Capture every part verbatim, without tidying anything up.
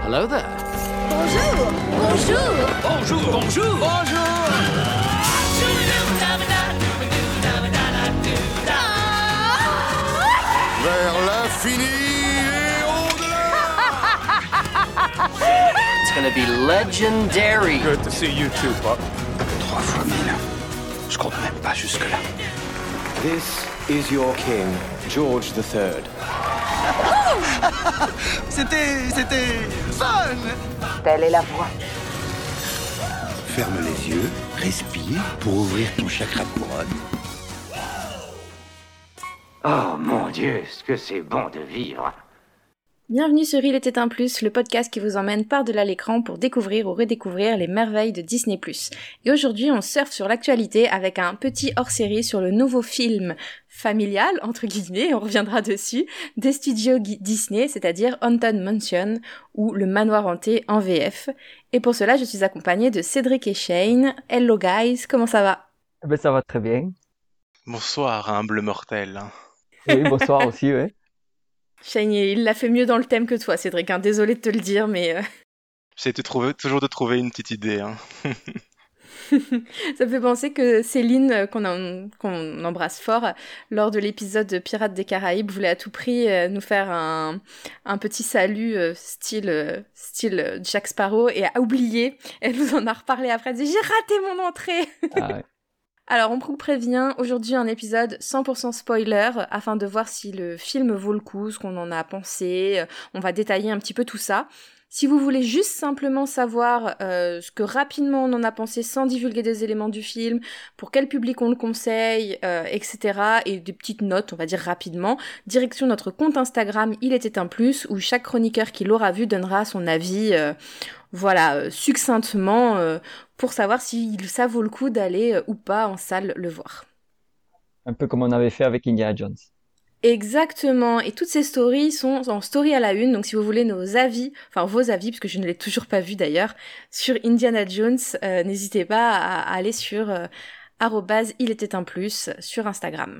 Hello there. Bonjour. Bonjour. Bonjour, bonjour. Bonjour. Vers l'infini et au-delà. It's gonna be legendary. Good to see you too, Pop. Trois fois mille. Je compte même pas jusque-là. This is your king, George the Third. C'était... c'était... fun. Telle est la voix. Ferme les yeux, respire pour ouvrir ton chakra couronne. Oh mon Dieu, ce que c'est bon de vivre. Bienvenue sur Il était un plus, le podcast qui vous emmène par-delà l'écran pour découvrir ou redécouvrir les merveilles de Disney plus. Et aujourd'hui, on surfe sur l'actualité avec un petit hors-série sur le nouveau film familial, entre guillemets, on reviendra dessus, des studios Disney, c'est-à-dire Haunted Mansion, ou Le Manoir Hanté en V F. Et pour cela, je suis accompagnée de Cédric et Shane. Hello guys, comment ça va? Eh ben, ça va très bien. Bonsoir, humble mortel. Oui, bonsoir aussi, ouais. Shane, il l'a fait mieux dans le thème que toi, Cédric, hein. Désolé de te le dire, mais... Euh... J'essaie de trouver, toujours de trouver une petite idée. Hein. Ça me fait penser que Céline, qu'on, a, qu'on embrasse fort, lors de l'épisode de Pirates des Caraïbes, voulait à tout prix euh, nous faire un, un petit salut euh, style, euh, style Jack Sparrow, et a oublié. Elle nous en a reparlé après, elle dit « J'ai raté mon entrée !» Ah ouais. Alors, on vous prévient, aujourd'hui un épisode cent pour cent spoiler, afin de voir si le film vaut le coup, ce qu'on en a pensé, on va détailler un petit peu tout ça. Si vous voulez juste simplement savoir euh, ce que rapidement on en a pensé sans divulguer des éléments du film, pour quel public on le conseille, euh, et cetera, et des petites notes, on va dire rapidement, direction notre compte Instagram Il était un plus, où chaque chroniqueur qui l'aura vu donnera son avis, euh, voilà, euh, succinctement, euh, pour savoir si ça vaut le coup d'aller euh, ou pas en salle le voir. Un peu comme on avait fait avec Indiana Jones. Exactement, et toutes ces stories sont en story à la une, donc si vous voulez nos avis, enfin vos avis, parce que je ne l'ai toujours pas vu d'ailleurs, sur Indiana Jones, euh, n'hésitez pas à, à aller sur euh, arobase il était un plus sur Instagram.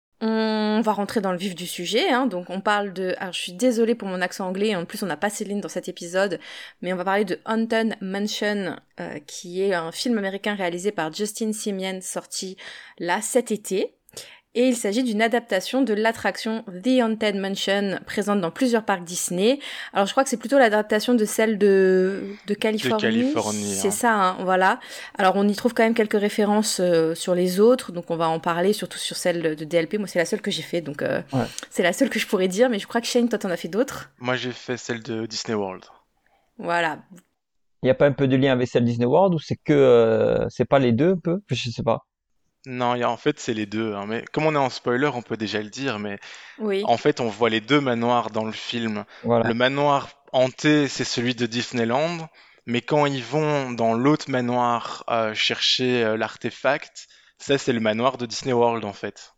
On va rentrer dans le vif du sujet, hein, donc on parle de... Alors je suis désolée pour mon accent anglais, en plus on n'a pas Céline dans cet épisode, mais on va parler de Haunted Mansion, euh, qui est un film américain réalisé par Justin Simien, sorti là cet été. Et il s'agit d'une adaptation de l'attraction The Haunted Mansion, présente dans plusieurs parcs Disney. Alors je crois que c'est plutôt l'adaptation de celle de, de Californie. De Californie, c'est hein. ça, hein, voilà. Alors on y trouve quand même quelques références euh, sur les autres, donc on va en parler, surtout sur celle de D L P. Moi c'est la seule que j'ai fait, donc euh, Ouais. c'est la seule que je pourrais dire, mais je crois que Shane, toi t'en as fait d'autres. Moi j'ai fait celle de Disney World. Voilà. Il n'y a pas un peu de lien avec celle Disney World ou c'est que euh, c'est pas les deux un peu? Je sais pas. Non, il y a, en fait c'est les deux. Hein, mais comme on est en spoiler, on peut déjà le dire. Mais Oui. en fait, on voit les deux manoirs dans le film. Voilà. Le manoir hanté, c'est celui de Disneyland. Mais quand ils vont dans l'autre manoir euh, chercher euh, l'artefact, ça c'est le manoir de Disney World en fait.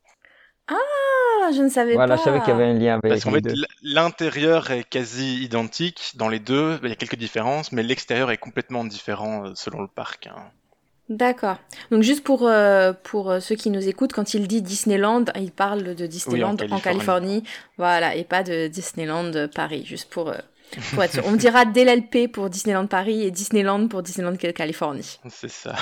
Ah, je ne savais Voilà, pas. je savais qu'il y avait un lien avec Parce qu'en les fait, deux. l- l'intérieur est quasi identique dans les deux. Il y a quelques différences, mais l'extérieur est complètement différent euh, selon le parc. Hein. D'accord. Donc juste pour euh, pour euh, ceux qui nous écoutent, quand il dit Disneyland, il parle de Disneyland en Californie. Californie, voilà, et pas de Disneyland euh, Paris, juste pour euh, pour être sûr. On me dira D L L P pour Disneyland Paris et Disneyland pour Disneyland Californie. C'est ça.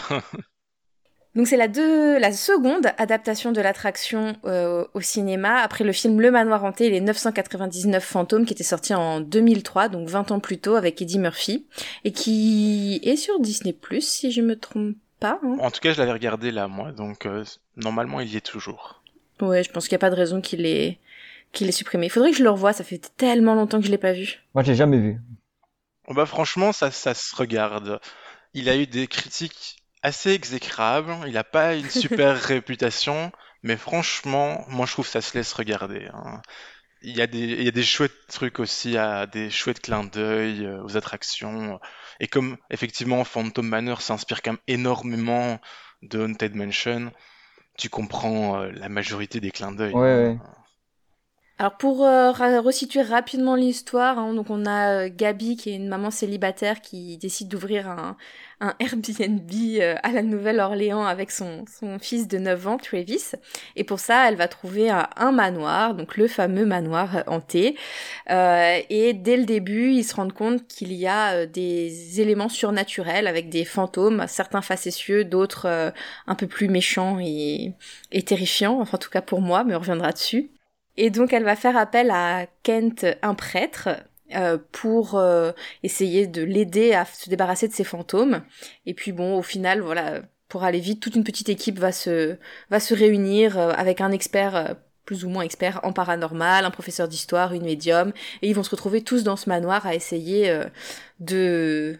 Donc c'est la deux, la seconde adaptation de l'attraction euh, au cinéma après le film Le Manoir Hanté et les neuf cent quatre-vingt-dix-neuf fantômes qui était sorti en deux mille trois, donc vingt ans plus tôt avec Eddie Murphy, et qui est sur Disney plus, si je me trompe pas. Hein. En tout cas, je l'avais regardé là, moi, donc euh, normalement, il y est toujours. Ouais, je pense qu'il n'y a pas de raison qu'il ait, qu'il ait supprimé. Il faudrait que je le revoie, ça fait tellement longtemps que je l'ai pas vu. Moi, j'ai jamais vu. Oh, bah, franchement, ça, ça se regarde. Il a eu des critiques assez exécrables, il n'a pas une super réputation, mais franchement, moi, je trouve que ça se laisse regarder. Hein. Il y a des, il y a des chouettes trucs aussi, à des chouettes clins d'œil euh, aux attractions. Et comme, effectivement, Phantom Manor s'inspire quand même énormément de Haunted Mansion, tu comprends euh, la majorité des clins d'œil. Ouais, hein. ouais. Alors pour euh, ra- resituer rapidement l'histoire, hein, donc on a euh, Gabi qui est une maman célibataire qui décide d'ouvrir un, un Airbnb euh, à la Nouvelle-Orléans avec son, son fils de neuf ans, Travis. Et pour ça, elle va trouver un, un manoir, donc le fameux manoir euh, hanté. Euh, et dès le début, ils se rendent compte qu'il y a euh, des éléments surnaturels avec des fantômes, certains facétieux, d'autres euh, un peu plus méchants et, et terrifiants, enfin en tout cas pour moi, mais on reviendra dessus. Et donc elle va faire appel à Kent, un prêtre, euh, pour euh, essayer de l'aider à se débarrasser de ses fantômes. Et puis bon, au final, voilà, pour aller vite, toute une petite équipe va se va se réunir euh, avec un expert, euh, plus ou moins expert en paranormal, un professeur d'histoire, une médium, et ils vont se retrouver tous dans ce manoir à essayer euh, de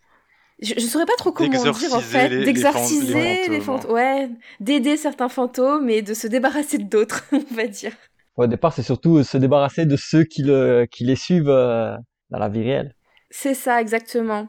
je, je saurais pas trop comment dire en fait, les, les d'exorciser fan- les les fantômes. fantômes, ouais, d'aider certains fantômes et de se débarrasser d'autres, on va dire. Au départ, c'est surtout se débarrasser de ceux qui, le, qui les suivent euh, dans la vie réelle. C'est ça, exactement.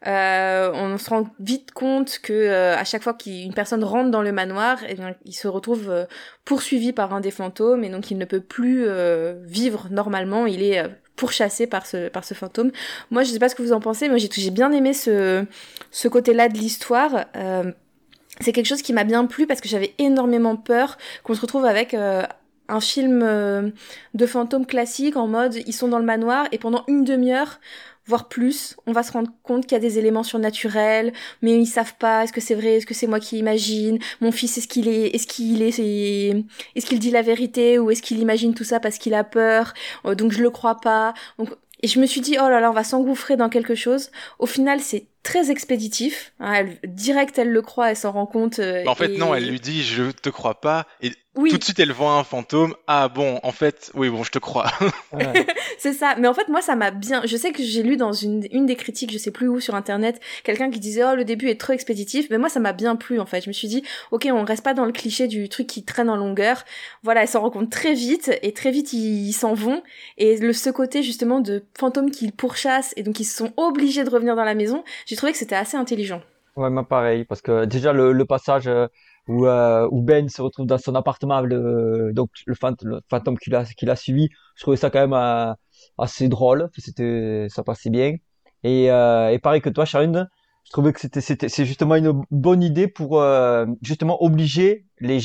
Euh, on se rend vite compte que euh, à chaque fois qu'une personne rentre dans le manoir, eh bien, il se retrouve euh, poursuivi par un des fantômes et donc il ne peut plus euh, vivre normalement. Il est euh, pourchassé par ce par ce fantôme. Moi, je sais pas ce que vous en pensez, mais j'ai j'ai bien aimé ce ce côté-là de l'histoire. Euh, c'est quelque chose qui m'a bien plu parce que j'avais énormément peur qu'on se retrouve avec euh, un film euh, de fantômes classique en mode ils sont dans le manoir et pendant une demi-heure voire plus, on va se rendre compte qu'il y a des éléments surnaturels, mais ils savent pas, est-ce que c'est vrai, est-ce que c'est moi qui imagine, mon fils, est-ce qu'il est, est-ce qu'il est, est, est-ce qu'il dit la vérité, ou est-ce qu'il imagine tout ça parce qu'il a peur, euh, donc je le crois pas. Donc, et je me suis dit, oh là là, on va s'engouffrer dans quelque chose. Au final, c'est très expéditif, hein, elle, direct, elle le croit, elle s'en rend compte. Euh, Bah, en fait, et... non, elle lui dit, je te crois pas, et oui. tout de suite, elle voit un fantôme. Ah bon, en fait, oui, bon, je te crois. Ouais. C'est ça. Mais en fait, moi, ça m'a bien... Je sais que j'ai lu dans une, une des critiques, je sais plus où, sur Internet, quelqu'un qui disait « Oh, le début est trop expéditif ». Mais moi, ça m'a bien plu, en fait. Je me suis dit « Ok, on reste pas dans le cliché du truc qui traîne en longueur. » Voilà, elle s'en rend compte très vite, et très vite, ils, ils s'en vont. Et le, ce côté, justement, de fantômes qu'ils pourchassent, et donc ils sont obligés de revenir dans la maison, j'ai trouvé que c'était assez intelligent. Ouais, moi pareil, parce que déjà le, le passage euh, où, euh, où Ben se retrouve dans son appartement, le, donc le, fant le fantôme qui l'a qui l'a suivi, je trouvais ça quand même euh, assez drôle, c'était ça passait bien. Et, euh, et pareil que toi, Charline, je trouvais que c'était c'était c'est justement une bonne idée pour euh, justement obliger les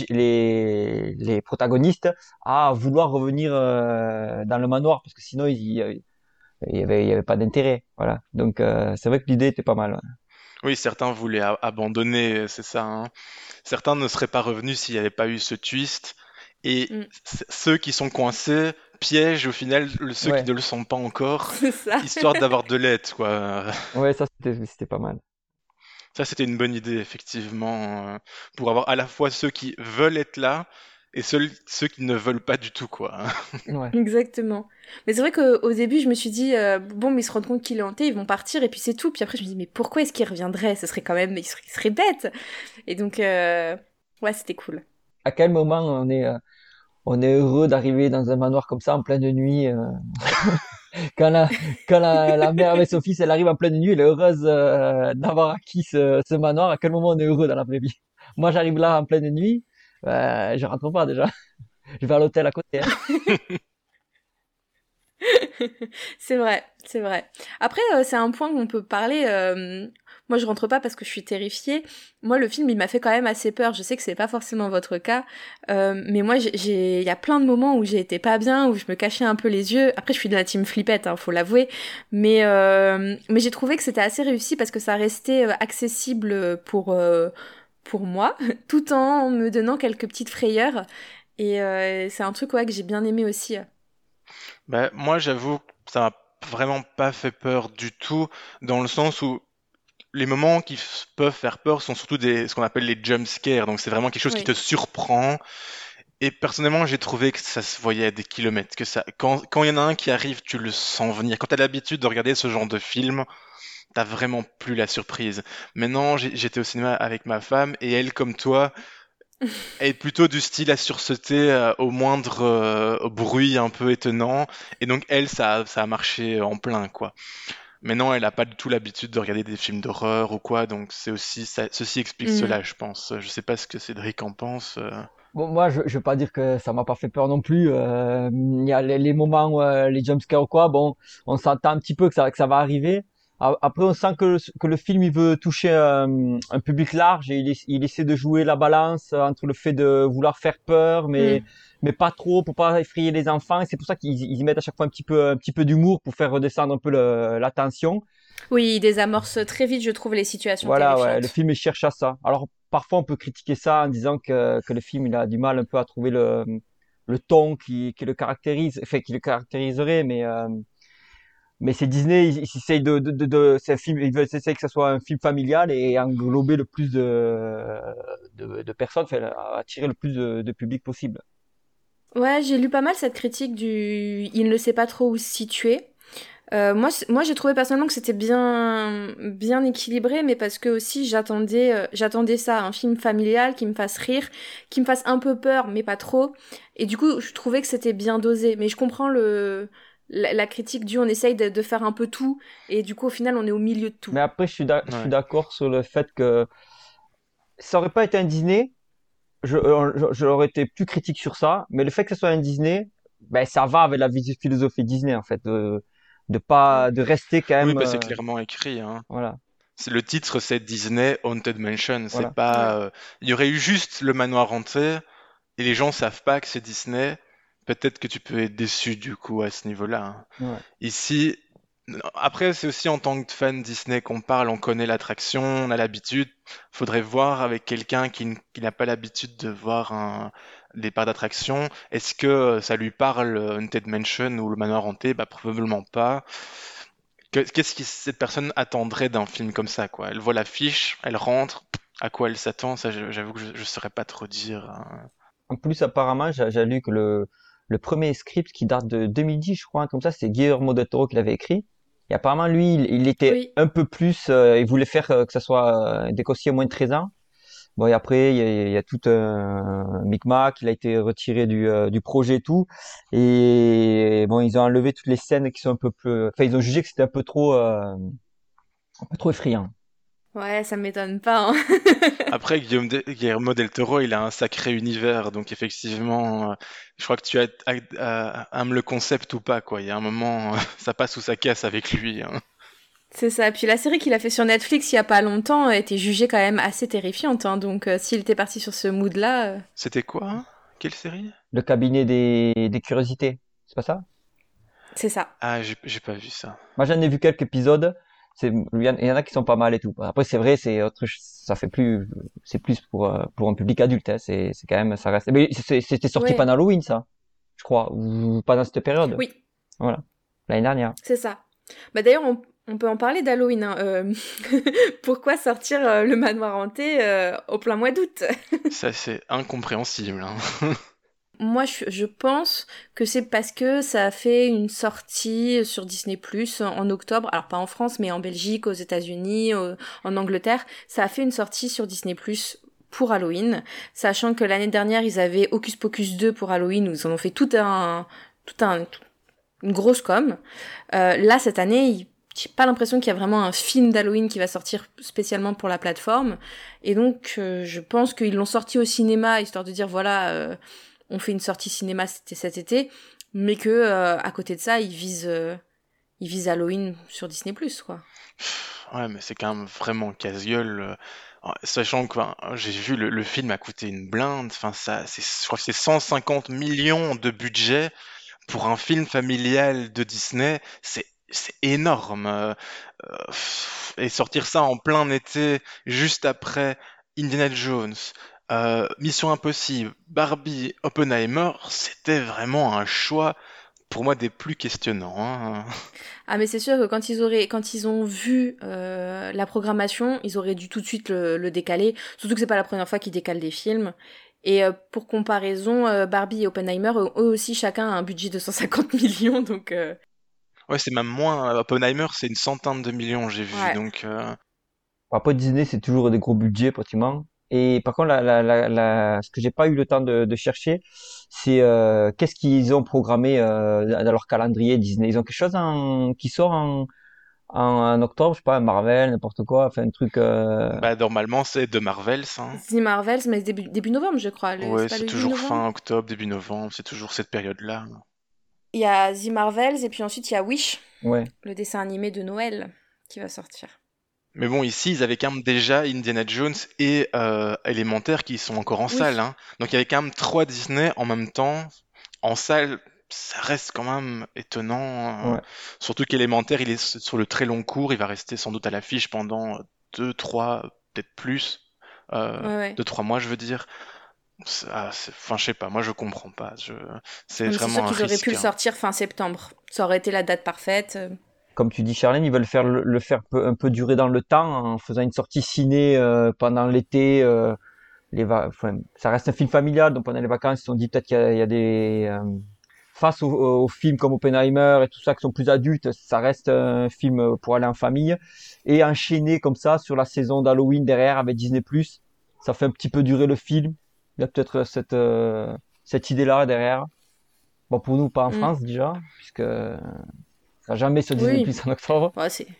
les les protagonistes à vouloir revenir euh, dans le manoir, parce que sinon il il y avait il y avait pas d'intérêt, voilà. Donc euh, c'est vrai que l'idée était pas mal. Ouais. Oui, certains voulaient a- abandonner, c'est ça, hein. Certains ne seraient pas revenus s'il n'y avait pas eu ce twist. Et Mm. c- ceux qui sont coincés piègent au final le- ceux Ouais. qui ne le sont pas encore, C'est ça. histoire d'avoir de l'aide, quoi. Ouais, ça c'était c'était pas mal. Ça, c'était une bonne idée, effectivement, euh, pour avoir à la fois ceux qui veulent être là et ceux, ceux qui ne veulent pas du tout, quoi. Ouais. Exactement. Mais c'est vrai qu'au début, je me suis dit, euh, bon, mais ils se rendent compte qu'il est hanté, ils vont partir, et puis c'est tout. Puis après, je me dis, mais pourquoi est-ce qu'il reviendrait? Ce serait quand même, il serait, il serait bête. Et donc, euh, ouais, c'était cool. À quel moment on est euh, on est heureux d'arriver dans un manoir comme ça en pleine nuit euh, quand la quand la, la mère avec son fils elle arrive en pleine nuit, elle est heureuse euh, d'avoir acquis ce, ce manoir. À quel moment on est heureux dans la vraie vie? Moi, j'arrive là en pleine nuit, euh, je rentre pas déjà. Je vais à l'hôtel à côté. Hein. C'est vrai, c'est vrai. Après, euh, c'est un point qu'on peut parler. Euh, moi, je rentre pas parce que je suis terrifiée. Moi, le film, il m'a fait quand même assez peur. Je sais que c'est pas forcément votre cas, euh, mais moi, j'ai, j'ai- il y a plein de moments où j'ai été pas bien, où je me cachais un peu les yeux. Après, je suis de la team flippette, hein, faut l'avouer. Mais euh, mais j'ai trouvé que c'était assez réussi parce que ça restait euh, accessible pour euh, pour moi, tout en me donnant quelques petites frayeurs. Et euh, c'est un truc ouais que j'ai bien aimé aussi. Bah, moi, j'avoue que ça m'a vraiment pas fait peur du tout, dans le sens où les moments qui f- peuvent faire peur sont surtout des, ce qu'on appelle les jump scares, donc c'est vraiment quelque chose qui Oui. te surprend. Et personnellement, j'ai trouvé que ça se voyait à des kilomètres, que ça, quand, quand il y en a un qui arrive, tu le sens venir. Quand t'as l'habitude de regarder ce genre de film, t'as vraiment plus la surprise. Maintenant, j'ai- j'étais au cinéma avec ma femme, et elle, comme toi, est plutôt du style à sursauter euh, au moindre euh, bruit un peu étonnant. Et donc, elle, ça, a- ça a marché en plein, quoi. Mais non, elle a pas du tout l'habitude de regarder des films d'horreur ou quoi, donc c'est aussi, ça, ceci explique Mhm. cela, je pense. Je sais pas ce que Cédric en pense. euh. Bon, moi, je, je vais pas dire que ça m'a pas fait peur non plus. Euh, Il y a les, les moments, où, euh, les jumpscares ou quoi, bon, on s'entend un petit peu que ça, que ça va arriver. A- Après, on sent que le, que le film, il veut toucher un, un public large et il, essa- il essaie de jouer la balance entre le fait de vouloir faire peur, mais, Mm. mais pas trop pour pas effrayer les enfants. Et c'est pour ça qu'ils ils y mettent à chaque fois un petit peu, un petit peu d'humour pour faire redescendre un peu le, la tension. Oui, il désamorce très vite, je trouve, les situations Voilà, ouais, le terrifiantes. film il cherche à ça. Alors parfois on peut critiquer ça en disant que, que le film il a du mal un peu à trouver le, le ton qui, qui le caractérise, enfin qui le caractériserait, mais euh, mais c'est Disney, ils, ils essayent de, de, de, de- c'est un film, ils veulent essayer que ça soit un film familial et englober le plus de de, de personnes, enfin attirer le plus de, de public possible. Ouais, j'ai lu pas mal cette critique du il ne sait pas trop où se situer. Euh, moi, c- moi, j'ai trouvé personnellement que c'était bien, bien équilibré, mais parce que aussi j'attendais, euh, j'attendais ça, un film familial qui me fasse rire, qui me fasse un peu peur, mais pas trop. Et du coup, je trouvais que c'était bien dosé. Mais je comprends le, la, la critique du on essaye de, de faire un peu tout, et du coup, au final, on est au milieu de tout. Mais après je suis d'ac- je suis Ouais. d'accord sur le fait que ça aurait pas été un Disney, je, euh, je- j'aurais été plus critique sur ça, mais le fait que ce soit un Disney, ben ça va avec la vis- philosophie Disney en fait, de, de pas, Mm. de rester quand Oui, même, bah c'est euh, clairement écrit, hein. voilà, C'est- Le titre, c'est Disney Haunted Mansion. C'est voilà. pas. Ouais. euh, Il y aurait eu juste le manoir hanté et les gens savent pas que c'est Disney. Peut-être que tu peux être déçu du coup à ce niveau-là, hein. Ouais. Ici, après, c'est aussi en tant que fan Disney qu'on parle, on connaît l'attraction, on a l'habitude. Faudrait voir avec quelqu'un qui, n- qui n'a pas l'habitude de voir un, des parcs d'attraction. Est-ce que euh, ça lui parle, euh, Haunted Mansion ou le manoir hanté? Bah, probablement pas. Que- Qu'est-ce que cette personne attendrait d'un film comme ça, quoi? Elle voit l'affiche, elle rentre, à quoi elle s'attend? Ça, je- j'avoue que je, je saurais pas trop dire, hein. En plus, apparemment, j'ai j'ai lu que le, le premier script qui date de deux mille dix, je crois, comme ça, c'est Guillermo del Toro qui l'avait écrit. Et apparemment, lui, il, il était Oui. un peu plus, euh, il voulait faire euh, que ça soit euh, des conseillers moins de treize ans. Bon, et après, il y a, il y a tout un micmac, il a été retiré du, euh, du projet et tout. Et bon, ils ont enlevé toutes les scènes qui sont un peu plus, enfin, ils ont jugé que c'était un peu trop, euh, un peu trop effrayant. Ouais, ça m'étonne pas, hein. Après, Guillaume de- Guillermo del Toro, il a un sacré univers, donc effectivement, euh, je crois que tu as à, à- aimes le concept ou pas, quoi. Il y a un moment, ça passe ou ça casse avec lui, hein. C'est ça. Puis la série qu'il a fait sur Netflix il y a pas longtemps a été jugée quand même assez terrifiante, hein. Donc euh, s'il était parti sur ce mood-là, euh, C'était quoi, hein? Quelle série? Le cabinet des, des curiosités, c'est pas ça? c'est ça. Ah, j'ai j'ai pas vu ça. Moi, j'en ai vu quelques épisodes. C'est, il y en il y en a qui sont pas mal et tout. Après, c'est vrai, c'est autre, ch- ça fait plus, c'est plus pour, euh, pour un public adulte, hein. C'est, c'est quand même, ça reste. Mais c'est- c'était sorti Ouais. pendant Halloween, ça, je crois, ou pendant cette période. Oui, Voilà. L'année dernière. c'est ça. Bah d'ailleurs, on, on peut en parler d'Halloween, hein. Euh, pourquoi sortir euh, le manoir hanté euh, au plein mois d'août? Ça, c'est incompréhensible, hein. Moi, je, je pense que c'est parce que ça a fait une sortie sur Disney Plus en octobre. Alors pas en France, mais en Belgique, aux États-Unis, au- en Angleterre. Ça a fait une sortie sur Disney Plus pour Halloween, sachant que l'année dernière ils avaient Hocus Pocus deux pour Halloween où ils en ont fait tout un, tout un, tout- une grosse com. Euh, là cette année, il- j'ai pas l'impression qu'il y a vraiment un film d'Halloween qui va sortir spécialement pour la plateforme. Et donc, euh, je pense qu'ils l'ont sorti au cinéma histoire de dire voilà. Euh, on fait une sortie cinéma c'était cet été, mais que euh, à côté de ça, ils visent, euh, ils visent Halloween sur Disney+, quoi. Ouais, mais c'est quand même vraiment casse-gueule, euh, en- sachant que enfin, j'ai vu le, le film a coûté une blinde. Enfin, ça, c'est, je crois que c'est cent cinquante millions de budget pour un film familial de Disney. C'est c'est énorme. euh, euh, pff, et sortir ça en plein été, juste après Indiana Jones, euh, Mission Impossible, Barbie, Oppenheimer, c'était vraiment un choix pour moi des plus questionnants, hein. Ah mais c'est sûr que quand ils auraient, quand ils ont vu euh, la programmation, ils auraient dû tout de suite le, le décaler. Surtout que c'est pas la première fois qu'ils décalent des films. Et euh, pour comparaison, euh, Barbie et Oppenheimer, eux, eux aussi chacun a un budget de cent cinquante millions, donc euh, Ouais, c'est même moins. Oppenheimer, c'est une centaine de millions, j'ai vu. ouais. Donc, euh, Après, Disney, c'est toujours des gros budgets, pratiquement. Et par contre, la, la, la, la- ce que j'ai pas eu le temps de, de chercher, c'est euh, qu'est-ce qu'ils ont programmé euh, dans leur calendrier Disney. Ils ont quelque chose en, qui sort en, en, en octobre, je sais pas, un Marvel, n'importe quoi, enfin un truc. Euh... Bah, normalement, c'est de Marvels, hein. The Marvels, mais début, début novembre, je crois. Le- Ouais, c'est pas c'est le huit toujours novembre? fin octobre, début novembre, c'est toujours cette période-là. Il y a The Marvels, et puis ensuite il y a Wish, Ouais. le dessin animé de Noël, qui va sortir. Mais bon, ici, ils avaient quand même déjà Indiana Jones et euh, Élémentaire qui sont encore en Oui. salle, hein. Donc il y avait quand même trois Disney en même temps. En salle, ça reste quand même étonnant, hein. Ouais. Surtout qu'Élémentaire, il est s- sur le très long cours, il va rester sans doute à l'affiche pendant deux, trois, peut-être plus, euh, Ouais, ouais. deux, trois mois, je veux dire. Ça, c'est- Enfin, je sais pas, moi je comprends pas. Je... C'est Mais c'est sûr vraiment un qu'ils auraient risque, pu le hein. sortir fin septembre. Ça aurait été la date parfaite. euh. Comme tu dis, Charlène, ils veulent faire le, le faire peu- un peu durer dans le temps en faisant une sortie ciné euh, pendant l'été. Euh, les va- enfin, ça reste un film familial, donc pendant les vacances, ils se sont dit peut-être qu'il y a, il y a des euh, face aux, aux films comme Oppenheimer et tout ça qui sont plus adultes, ça reste un film pour aller en famille. Et enchaîner comme ça sur la saison d'Halloween derrière avec Disney+, ça fait un petit peu durer le film. Il y a peut-être cette euh, cette idée-là derrière. Bon, pour nous, pas en Mm. France déjà, puisque ça sera jamais sur Disney+ Oui. en octobre. Ouais, c'est...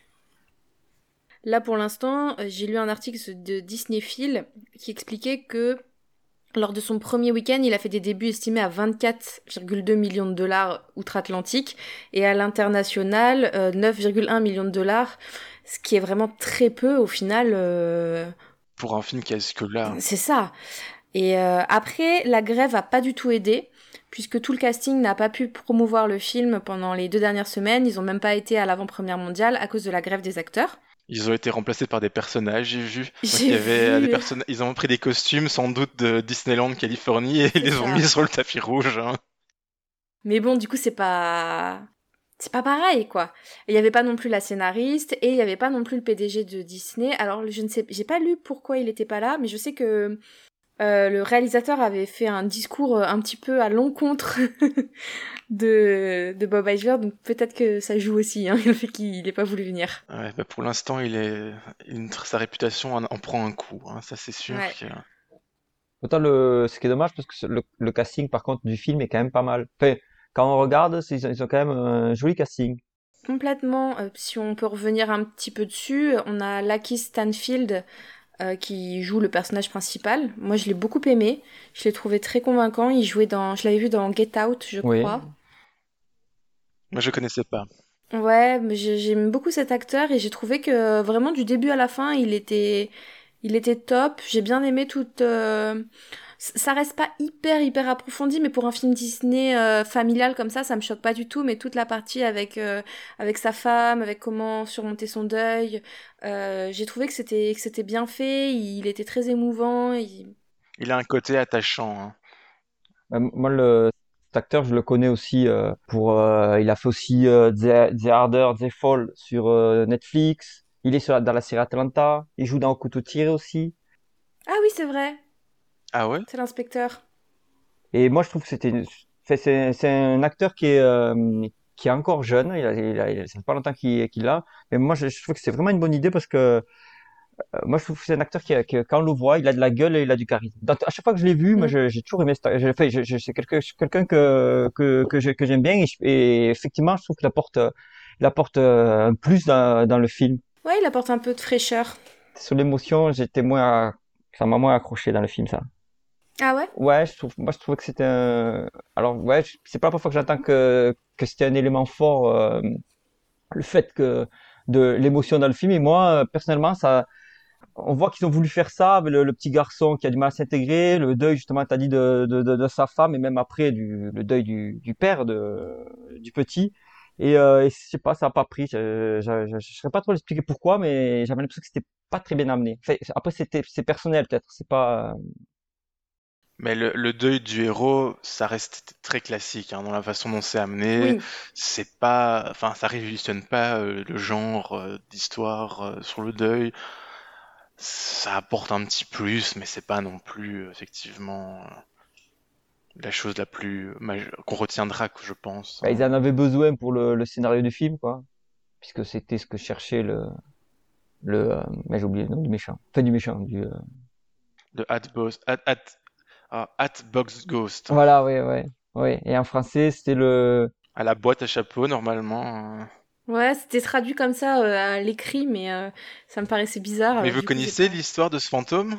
Là, pour l'instant, euh, j'ai lu un article de Disneyfil qui expliquait que lors de son premier week-end, il a fait des débuts estimés à vingt-quatre virgule deux millions de dollars outre-Atlantique et à l'international, euh, neuf virgule un millions de dollars, ce qui est vraiment très peu au final. euh, Pour un film qui a ce que là. C'est ça. Et euh, après, la grève a pas du tout aidé, puisque tout le casting n'a pas pu promouvoir le film pendant les deux dernières semaines. Ils ont même pas été à l'avant-première mondiale à cause de la grève des acteurs. Ils ont été remplacés par des personnages, j'ai vu. Donc J'ai il y avait euh, vu. des personnes, ils ont pris des costumes sans doute de Disneyland Californie et C'est les ont ça. mis sur le tapis rouge, hein. Mais bon, du coup, c'est pas... C'est pas pareil, quoi. Il y avait pas non plus la scénariste, et il y avait pas non plus le P D G de Disney. Alors, je ne sais... J'ai pas lu pourquoi il était pas là, mais je sais que euh, le réalisateur avait fait un discours euh, un petit peu à l'encontre de, de Bob Iger, donc peut-être que ça joue aussi, hein, le fait qu'il ait pas voulu venir. Ouais, bah pour l'instant, il est, il- sa réputation en, en prend un coup, hein. Ça c'est sûr Ouais. que... Autant le, ce qui est dommage parce que le, le casting par contre du film est quand même pas mal. Enfin, quand on regarde, c'est- ils ont, ils ont quand même un joli casting. Complètement. Euh, si on peut revenir un petit peu dessus, on a Lakeith Stanfield euh, qui joue le personnage principal. Moi, je l'ai beaucoup aimé. Je l'ai trouvé très convaincant. Il jouait dans, je l'avais vu dans Get Out, je Oui. crois. Moi je connaissais pas. Ouais, mais j'ai- j'aime beaucoup cet acteur et j'ai trouvé que vraiment du début à la fin, il était, il était top. J'ai bien aimé toute. euh, c- Ça reste pas hyper hyper approfondi, mais pour un film Disney euh, familial comme ça, ça me choque pas du tout. Mais toute la partie avec euh, avec sa femme, avec comment surmonter son deuil, euh, j'ai trouvé que c'était que c'était bien fait. Il était très émouvant. il- Il a un côté attachant, hein. Euh, Moi, le, cet acteur, je le connais aussi euh, pour. Euh, il a fait aussi euh, The, The Harder, The Fall sur euh, Netflix. Il est sur, la- dans la série Atlanta. Il joue dans Au couteau tiré aussi. Ah oui, c'est vrai. Ah ouais? C'est l'inspecteur. Et moi, je trouve que c'était, une- c'est, c'est, c'est un acteur qui est, euh, qui est encore jeune. Il a, il a, il a- ça fait pas longtemps qu'il, qu'il l'a. Mais moi, je, je trouve que c'est vraiment une bonne idée parce que euh, moi, je trouve que c'est un acteur qui, a- qui, quand on le voit, il a de la gueule et il a du charisme. Dans- à chaque fois que je l'ai vu, moi, Mm. je- j'ai toujours aimé cet, je, enfin, je, je- c'est quelqu'un, quelqu'un que, que, que, je- que j'aime bien et, je- et effectivement, je trouve qu'il apporte, euh, il apporte euh, un plus dans, dans le film. Ouais, il apporte un peu de fraîcheur. Sur l'émotion, j'étais moins, ça m'a moins accroché dans le film, ça. Ah ouais? Ouais, je trouve, moi je trouvais que c'était un, alors ouais, je- c'est pas la première fois que j'entends que que c'était un élément fort, euh, le fait que de l'émotion dans le film. Et moi, euh, personnellement, ça, on voit qu'ils ont voulu faire ça avec le, le petit garçon qui a du mal à s'intégrer, le deuil justement, t'as dit de, de de de sa femme et même après du le deuil du du père de du petit. Et, euh, et je sais pas, ça a pas pris. Je, je, je, je saurais pas trop l'expliquer pourquoi, mais j'avais l'impression que c'était pas très bien amené. Enfin, après, c'était c'est personnel peut-être, c'est pas. Mais le, le deuil du héros, ça reste très classique, hein, dans la façon dont c'est amené. Oui. C'est pas, enfin, ça révolutionne pas euh, le genre euh, d'histoire euh, sur le deuil. Ça apporte un petit plus, mais c'est pas non plus euh, effectivement euh, la chose la plus maje- qu'on retiendra, que je pense, Bah, ils hein. en avaient besoin pour le, le scénario du film, quoi. Puisque c'était ce que cherchait le, le, euh, mais j'ai oublié le nom du méchant. Enfin, du méchant, du, euh, De Hatbox, Hat, Hat- ah, Hatbox Ghost. Voilà, ouais, ouais, ouais. Et en français, c'était le, À la boîte à chapeau, normalement, hein. Ouais, c'était traduit comme ça euh, à l'écrit, mais euh, ça me paraissait bizarre. Mais alors vous du coup, j'ai connaissez pas... l'histoire de ce fantôme?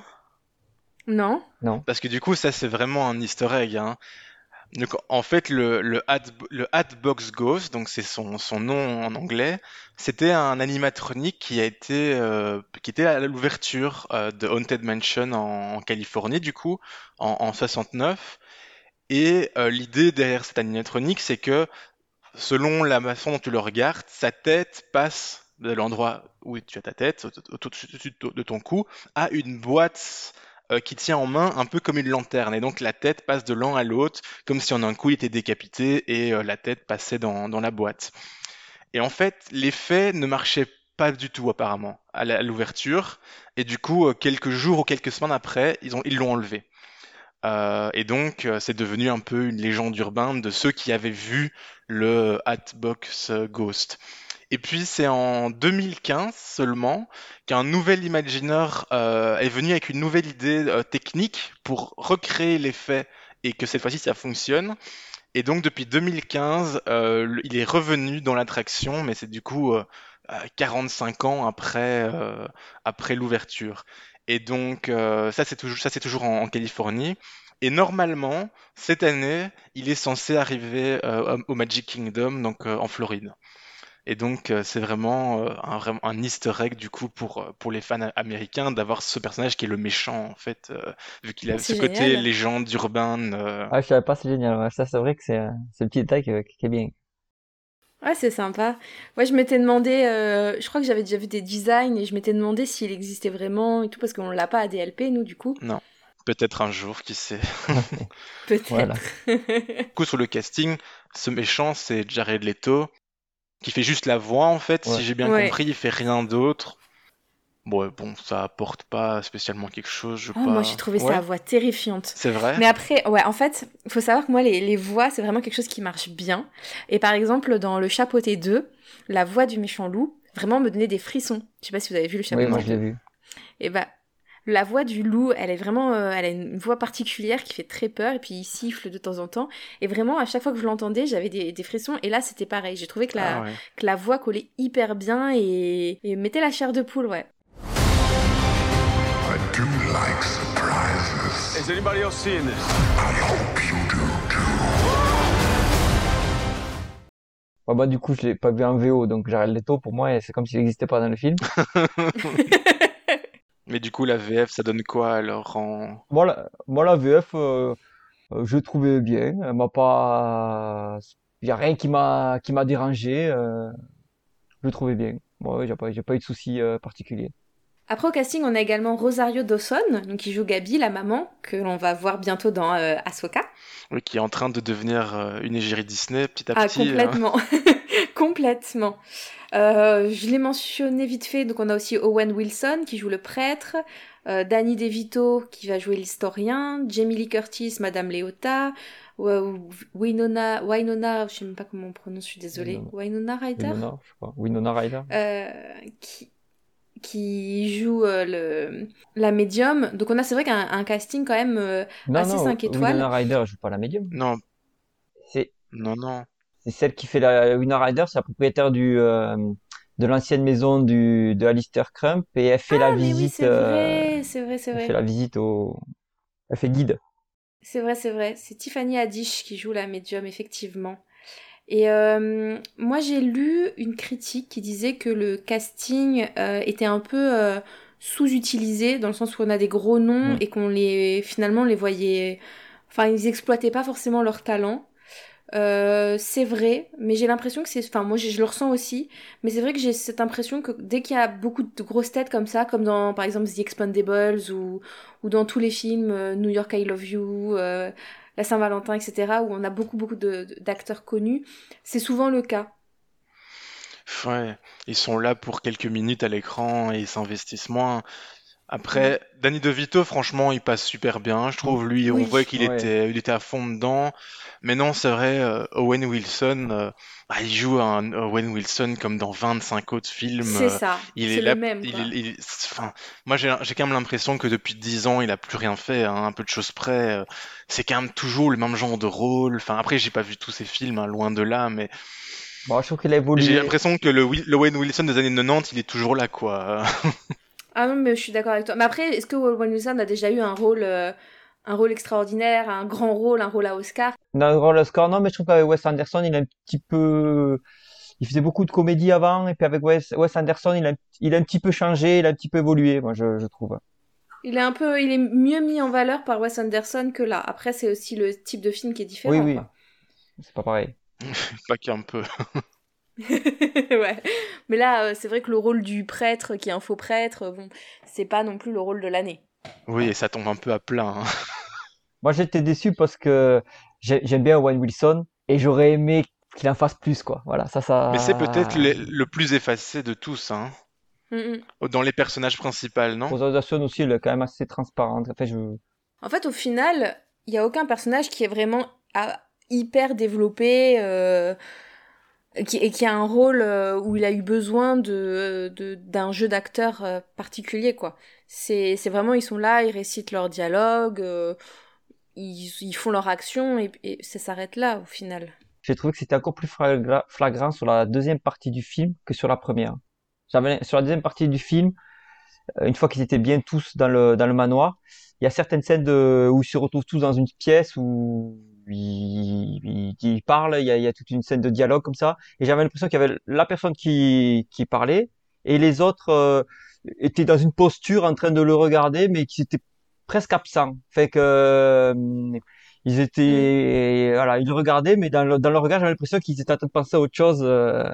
Non? Non. Parce que du coup, ça c'est vraiment un easter egg, hein. Donc, en fait, le, le, Hat, le Hatbox Ghost, donc c'est son, son nom en anglais, c'était un animatronique qui a été, euh, qui était à l'ouverture euh, de Haunted Mansion en, en Californie, du coup, en, en soixante-neuf. Et euh, l'idée derrière cet animatronique, c'est que selon la façon dont tu le regardes, sa tête passe de l'endroit où tu as ta tête, au-dessus de ton cou, à une boîte euh, qui tient en main un peu comme une lanterne. Et donc la tête passe de l'un à l'autre, comme si en un coup il était décapité et euh, la tête passait dans, dans la boîte. Et en fait, l'effet ne marchait pas du tout apparemment à la- à l'ouverture. Et du coup, euh, quelques jours ou quelques semaines après, ils ont, ils l'ont enlevé. Euh, et donc, euh, c'est devenu un peu une légende urbaine de ceux qui avaient vu le Hatbox Ghost. Et puis, c'est en deux mille quinze seulement qu'un nouvel imagineur euh, est venu avec une nouvelle idée euh, technique pour recréer l'effet et que cette fois-ci ça fonctionne. Et donc, depuis deux mille quinze, euh, le- il est revenu dans l'attraction, mais c'est du coup euh, euh, quarante-cinq ans après, euh, après l'ouverture. Et donc, euh, ça, c'est toujours, ça, c'est toujours en, en Californie. Et normalement, cette année, il est censé arriver euh, au Magic Kingdom, donc euh, en Floride. Et donc, euh, c'est vraiment euh, un, vraiment un easter egg, du coup, pour, euh, pour les fans a- américains, d'avoir ce personnage qui est le méchant, en fait, euh, vu qu'il a ce C'est côté génial. légende urbaine. euh, Ah, je savais pas, c'est génial. Ouais. Ça, c'est vrai que c'est euh, c'est le petit détail qui, qui est bien. Ouais, c'est sympa. Ouais, je m'étais demandé, euh, je crois que j'avais déjà vu des designs et je m'étais demandé s'il existait vraiment et tout, parce qu'on l'a pas à D L P, nous, du coup. Non, peut-être un jour, qui sait. Voilà. Peut-être. Du coup, sur le casting, ce méchant, c'est Jared Leto, qui fait juste la voix, en fait, Ouais. si j'ai bien Ouais. compris, il fait rien d'autre. Bon, ouais, bon, ça apporte pas spécialement quelque chose, je Oh, pas... moi, j'ai trouvé Ouais, sa voix terrifiante. c'est vrai. Mais après, ouais, en fait, faut savoir que moi, les, les voix, c'est vraiment quelque chose qui marche bien. Et par exemple, dans Le Chapeauté deux, la voix du méchant loup, vraiment me donnait des frissons. Je sais pas si vous avez vu Le Oui, Chapeauté moi deux. je l'ai vu. Et bah, la voix du loup, elle est vraiment, euh, elle a une voix particulière qui fait très peur, et puis il siffle de temps en temps. Et vraiment, à chaque fois que je l'entendais, j'avais des, des frissons. Et là, c'était pareil. J'ai trouvé que la, Ah ouais. que la voix collait hyper bien et, et mettait la chair de poule, ouais. I do like surprises. Has anybody else seen this? I hope you do too. Ouais, bah, du coup, je l'ai pas vu en V O, donc Jared Leto, pour moi, c'est comme s'il n'existait pas dans le film. Mais du coup, la V F, ça donne quoi alors en... Moi, la, moi, la V F, euh, euh, je trouvais bien. Elle m'a pas... Il y a rien qui m'a qui m'a dérangé. Euh, je le trouvais bien. Moi, ouais, j'ai pas, j'ai pas eu de soucis euh, particuliers. Après, au casting, on a également Rosario Dawson, donc qui joue Gabi, la maman, que l'on va voir bientôt dans euh, Ahsoka. Oui, qui est en train de devenir euh, une égérie Disney petit à Ah, petit. hein. complètement. Complètement. Euh, je l'ai mentionné vite fait, donc on a aussi Owen Wilson qui joue le prêtre, euh, Danny DeVito qui va jouer l'historien, Jamie Lee Curtis, Madame Leota, Wa- Winona, Winona, je sais même pas comment on prononce, je suis désolée, Winona Ryder, Winona, je crois. Winona Ryder. euh, qui, qui joue euh, le, la médium. Donc on a, c'est vrai qu'un un casting quand même euh, Non, assez non, cinq étoiles. Winona Ryder, elle joue pas la médium. Non, C'est non, non. c'est celle qui fait la Winona Ryder, c'est la propriétaire du euh, de l'ancienne maison du de Alistair Crump et elle fait Ah, la mais oui, visite. c'est euh, vrai, c'est vrai, c'est elle vrai. fait la visite au. Elle fait guide. C'est vrai, c'est vrai. C'est Tiffany Haddish qui joue la médium, effectivement. Et euh, moi, j'ai lu une critique qui disait que le casting euh, était un peu euh, sous-utilisé, dans le sens où on a des gros noms Mm. et qu'on les finalement on les voyait... Enfin, ils exploitaient pas forcément leur talent. Euh, c'est vrai, mais j'ai l'impression que c'est... Enfin, moi, je, je le ressens aussi, mais c'est vrai que j'ai cette impression que dès qu'il y a beaucoup de grosses têtes comme ça, comme dans, par exemple, The Expendables ou, ou dans tous les films euh, New York, I Love You, euh, La Saint-Valentin, et cetera, où on a beaucoup, beaucoup de, de- d'acteurs connus, c'est souvent le cas. Ouais, ils sont là pour quelques minutes à l'écran et ils s'investissent moins. Après, Danny DeVito, franchement, il passe super bien. Je trouve, lui, on Oui. voit qu'il Ouais. était, il était à fond dedans. Mais non, c'est vrai, euh, Owen Wilson, euh, ah, il joue un Owen Wilson comme dans vingt-cinq autres films. C'est euh, ça, il c'est est le là, même, il, quoi. est- il est- enfin, moi, j'ai, j'ai quand même l'impression que depuis dix ans, il a plus rien fait, hein, un peu de choses près. euh, C'est quand même toujours le même genre de rôle. Enfin, après, j'ai pas vu tous ses films, hein, loin de là, mais Bon, je trouve qu'il a J'ai évolué. l'impression que le, Will- le Owen Wilson des années quatre-vingt-dix, il est toujours là, quoi. Ah non, mais je suis d'accord avec toi. Mais après, est-ce que Owen Wilson a déjà eu un rôle, euh, un rôle extraordinaire, un grand rôle, un rôle à Oscar? Dans le rôle Oscar, non, mais je trouve qu'avec Wes Anderson, il a un petit peu, il faisait beaucoup de comédie avant, et puis avec Wes, Wes Anderson, il a, il a un petit peu changé, il a un petit peu évolué, moi, je, je trouve. Il est un peu, il est mieux mis en valeur par Wes Anderson que là. Après, c'est aussi le type de film qui est Oui, différent, oui, quoi. c'est pas pareil. Pas qu'un peu. Ouais. Mais là, euh, c'est vrai que le rôle du prêtre, qui est un faux prêtre, euh, bon, c'est pas non plus le rôle de l'année. Oui, et ça tombe un peu à plat, hein. Moi, j'étais déçu parce que j'ai- j'aime bien Owen Wilson, et j'aurais aimé qu'il en fasse plus, quoi. Voilà, ça, Mais c'est peut-être ça, le, le plus effacé de tous, hein. Mm, mm. Dans les personnages principaux, non? Rose Anderson aussi, elle est quand même assez transparente. Enfin, je, En fait, au final, il y a aucun personnage qui est vraiment ah, hyper développé euh, qui, et qui a un rôle euh, où il a eu besoin de, de d'un jeu d'acteur euh, particulier, quoi. C'est c'est vraiment, ils sont là, ils récitent leur dialogue, euh, ils, ils font leur action et, et ça s'arrête là au final. j'ai trouvé que c'était encore plus flagra- flagrant sur la deuxième partie du film que sur la première. J'avais, sur la deuxième partie du film, euh, une fois qu'ils étaient bien tous dans le, dans le manoir, il y a certaines scènes de, où ils se retrouvent tous dans une pièce où ils, ils, ils parlent, il y a, il y a toute une scène de dialogue comme ça, et j'avais l'impression qu'il y avait la personne qui, qui parlait, et les autres euh, étaient dans une posture en train de le regarder, mais qui étaient presque absents. Fait que euh, ils Mm. étaient, voilà, ils le regardaient, mais dans, le, dans leur regard, j'avais l'impression qu'ils étaient en train de penser à autre chose euh,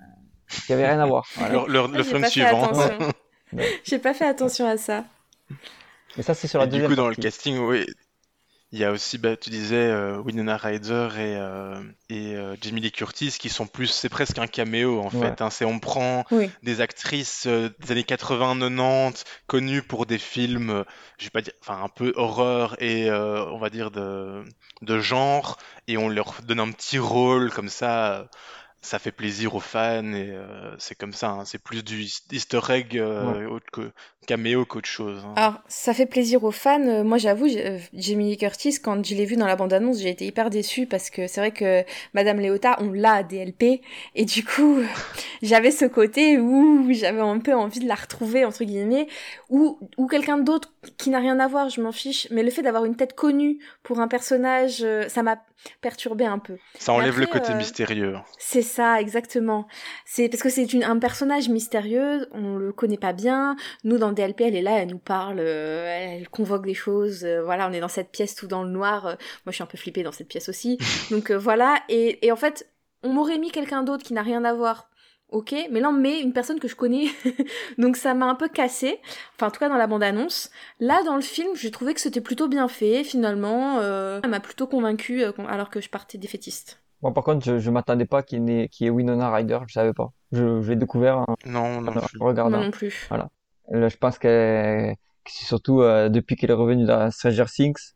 qui avait rien à voir. Voilà. Le, le, Ah, le j'ai film pas fait suivant. attention. Ouais. J'ai pas fait attention à ça. Mais ça, c'est sur la Et du deuxième coup, dans le partie. casting, oui, il y a aussi, bah, tu disais, euh, Winona Ryder et, euh, et euh, Jamie Lee Curtis qui sont plus, c'est presque un caméo en Ouais. fait, hein. C'est, on prend Oui. des actrices euh, des années quatre-vingts quatre-vingt-dix connues pour des films, euh, je vais pas dire, enfin un peu horreur et euh, on va dire de, de genre, et on leur donne un petit rôle comme ça. euh, Ça fait plaisir aux fans et euh, c'est comme ça, hein. C'est plus du eas- easter egg Ouais. euh, autre que caméo qu'autre chose, hein. Alors, ça fait plaisir aux fans. Euh, Moi, j'avoue, j'ai- euh, Jamie Lee Curtis, quand je l'ai vue dans la bande-annonce, j'ai été hyper déçue parce que c'est vrai que Madame Léota, on l'a à D L P. Et du coup, j'avais ce côté où j'avais un peu envie de la retrouver, entre guillemets, ou, ou quelqu'un d'autre qui n'a rien à voir, je m'en fiche. Mais le fait d'avoir une tête connue pour un personnage, euh, ça m'a perturbé un peu. Ça Mais enlève le après, côté euh, mystérieux. c'est ça, exactement. C'est parce que c'est une- un personnage mystérieux, on le connaît pas bien. Nous, dans D L P, elle est là, elle nous parle, euh, elle convoque des choses. euh, voilà, on est dans cette pièce tout dans le noir. euh, moi, je suis un peu flippée dans cette pièce aussi. Donc euh, voilà, et, et en fait, on m'aurait mis quelqu'un d'autre qui n'a rien à voir. Ok, mais là on met une personne que je connais, donc ça m'a un peu cassé. Enfin, en tout cas dans la bande-annonce. Là, dans le film, j'ai trouvé que c'était plutôt bien fait. Finalement, euh, ça m'a plutôt convaincue, euh, alors que je partais défaitiste. Bon, par contre, je, je m'attendais pas qu'il y ait, qu'il y ait Winona Ryder, je savais pas. Je, je l'ai découvert en, Non, en non le plus. Moi regardant. non plus. Voilà. Et là, je pense qu'elle, que c'est surtout euh, depuis qu'elle est revenue dans Stranger Things,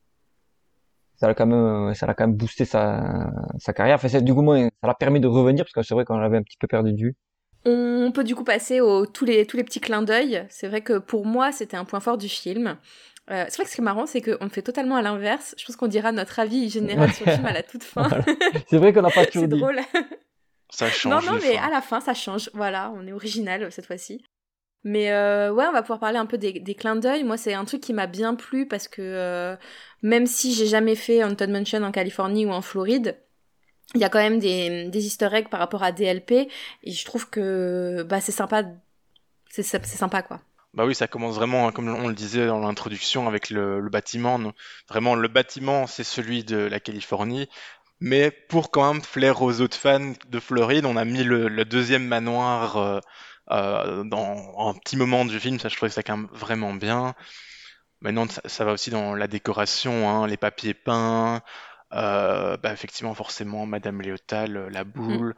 ça l'a quand même, ça l'a quand même boosté sa, sa carrière. Enfin, c'est- du coup, moi, ça l'a permis de revenir parce que c'est vrai qu'on l'avait un petit peu perdu de vue. On peut du coup passer aux tous les, tous les petits clins d'œil. C'est vrai que pour moi, c'était un point fort du film. Euh, c'est vrai que ce qui est marrant, c'est qu'on fait totalement à l'inverse. Je pense qu'on dira notre avis général sur le film à la toute fin. Voilà. C'est vrai qu'on n'a pas toujours C'est dit. drôle. Ça change Non, non, les mais fins. à la fin, ça change. Voilà, on est original euh, cette fois-ci. Mais euh, ouais, on va pouvoir parler un peu des, des clins d'œil. Moi, c'est un truc qui m'a bien plu parce que euh, même si j'ai jamais fait Haunted Mansion en Californie ou en Floride, il y a quand même des, des easter eggs par rapport à D L P et je trouve que bah c'est sympa, c'est c'est sympa quoi. Bah oui, ça commence vraiment, hein, comme on le disait dans l'introduction, avec le, le bâtiment. Non. Vraiment, le bâtiment, c'est celui de la Californie. Mais pour quand même plaire aux autres fans de Floride, on a mis le, le deuxième manoir euh, euh, dans un petit moment du film. Ça, je trouvais ça quand même vraiment bien. Maintenant, ça, ça va aussi dans la décoration, hein, les papiers peints. Euh, bah effectivement, forcément, Madame Léota, le- la Mm. boule.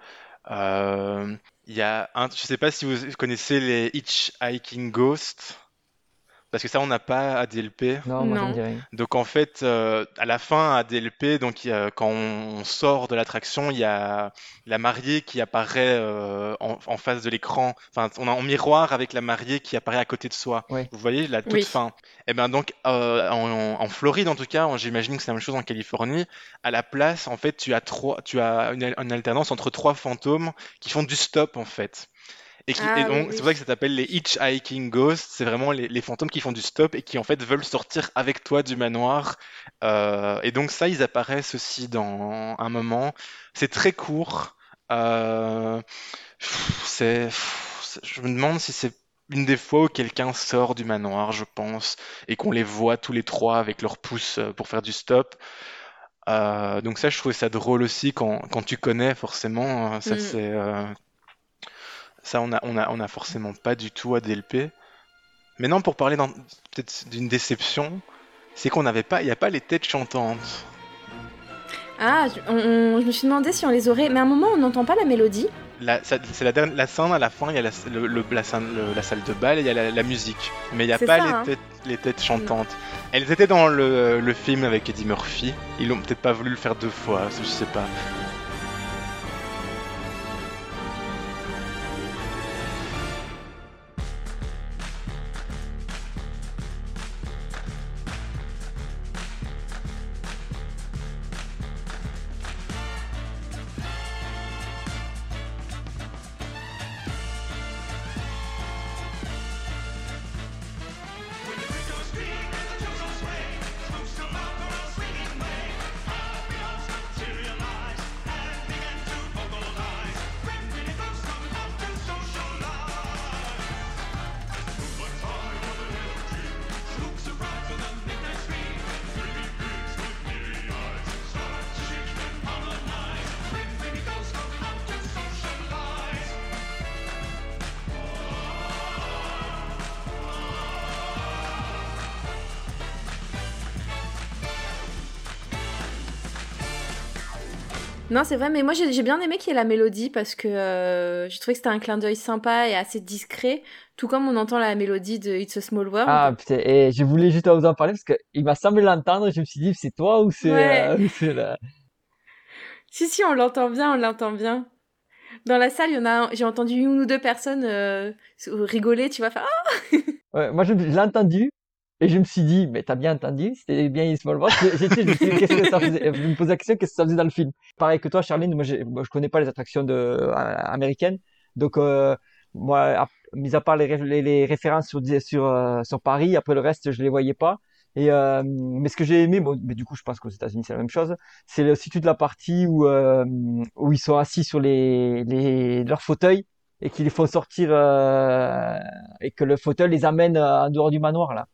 Euh, Il y a un, je sais pas si vous connaissez les Hitchhiking Ghosts. Parce que ça, on n'a pas à D L P. Non, moi, ça me Non. dit rien. Donc en fait, euh, à la fin, à D L P, donc il y a- quand on sort de l'attraction, il y a la mariée qui apparaît euh, en, en face de l'écran. Enfin, on a en miroir avec la mariée qui apparaît à côté de soi. Ouais. Vous voyez, la toute Oui. fin. Et bien donc, euh, en, en Floride en tout cas, j'imagine que c'est la même chose en Californie. À la place, en fait, tu as trois, tu as une, une alternance entre trois fantômes qui font du stop en fait. Et, qui, Ah et oui, donc, oui. c'est pour ça que ça s'appelle les hitchhiking ghosts. C'est vraiment les, les fantômes qui font du stop et qui en fait veulent sortir avec toi du manoir. Euh, et donc ça, ils apparaissent aussi dans un moment. C'est très court. Euh, pff, c'est, pff, c'est- je me demande si c'est une des fois où quelqu'un sort du manoir, je pense, et qu'on les voit tous les trois avec leurs pouces euh, pour faire du stop. Euh, donc ça, je trouvais ça drôle aussi quand, quand tu connais forcément. euh, Ça, Mm. c'est euh, ça, on a, on a, on a forcément pas du tout à D L P. Mais non, pour parler d'un- peut-être d'une déception, c'est qu'on n'avait pas, il n'y a pas les têtes chantantes. Ah, je, on- on- je me suis demandé si on les aurait, mais à un moment on n'entend pas la mélodie. La, ça- c'est la, dernière- la scène à la fin, il y a la, le- le- la, scène- le- la salle de bal et il y a la, la musique. Mais il n'y a C'est pas ça, les, hein. têtes, les têtes chantantes. Elles étaient dans le, le film avec Eddie Murphy. Ils l'ont peut-être pas voulu le faire deux fois, je sais pas. Non, c'est vrai, mais moi j'ai j'ai bien aimé qu'il y ait la mélodie parce que euh, j'ai trouvé que c'était un clin d'œil sympa et assez discret, tout comme on entend la mélodie de It's a Small World. Ah, putain, et je voulais juste vous en parler parce que il m'a semblé l'entendre et je me suis dit, c'est toi ou c'est, Ouais. euh, ou c'est la- Si, si, on l'entend bien, on l'entend bien. Dans la salle, il y en a, j'ai entendu une ou deux personnes euh, rigoler, tu vois, faire ah. Ouais, moi, je, je l'ai entendu et je me suis dit, mais t'as bien entendu? C'était bien It's Small World. J'ai- J'étais, je me suis dit, qu'est-ce que ça faisait? Je me posais la question, qu'est-ce que ça faisait dans le film? Pareil que toi, Charline, moi, j'ai- moi, je connais pas les attractions de, euh, américaines. Donc, euh, moi, à- mis à part les, ré- les, les références sur, sur, euh, sur Paris, après le reste, je les voyais pas. Et, euh, mais ce que j'ai aimé, bon, mais du coup, je pense qu'aux États-Unis, c'est la même chose, c'est aussi toute la partie où, euh, où ils sont assis sur les, les, leurs fauteuils et qu'ils les font sortir, euh, et que le fauteuil les amène euh, en dehors du manoir, là.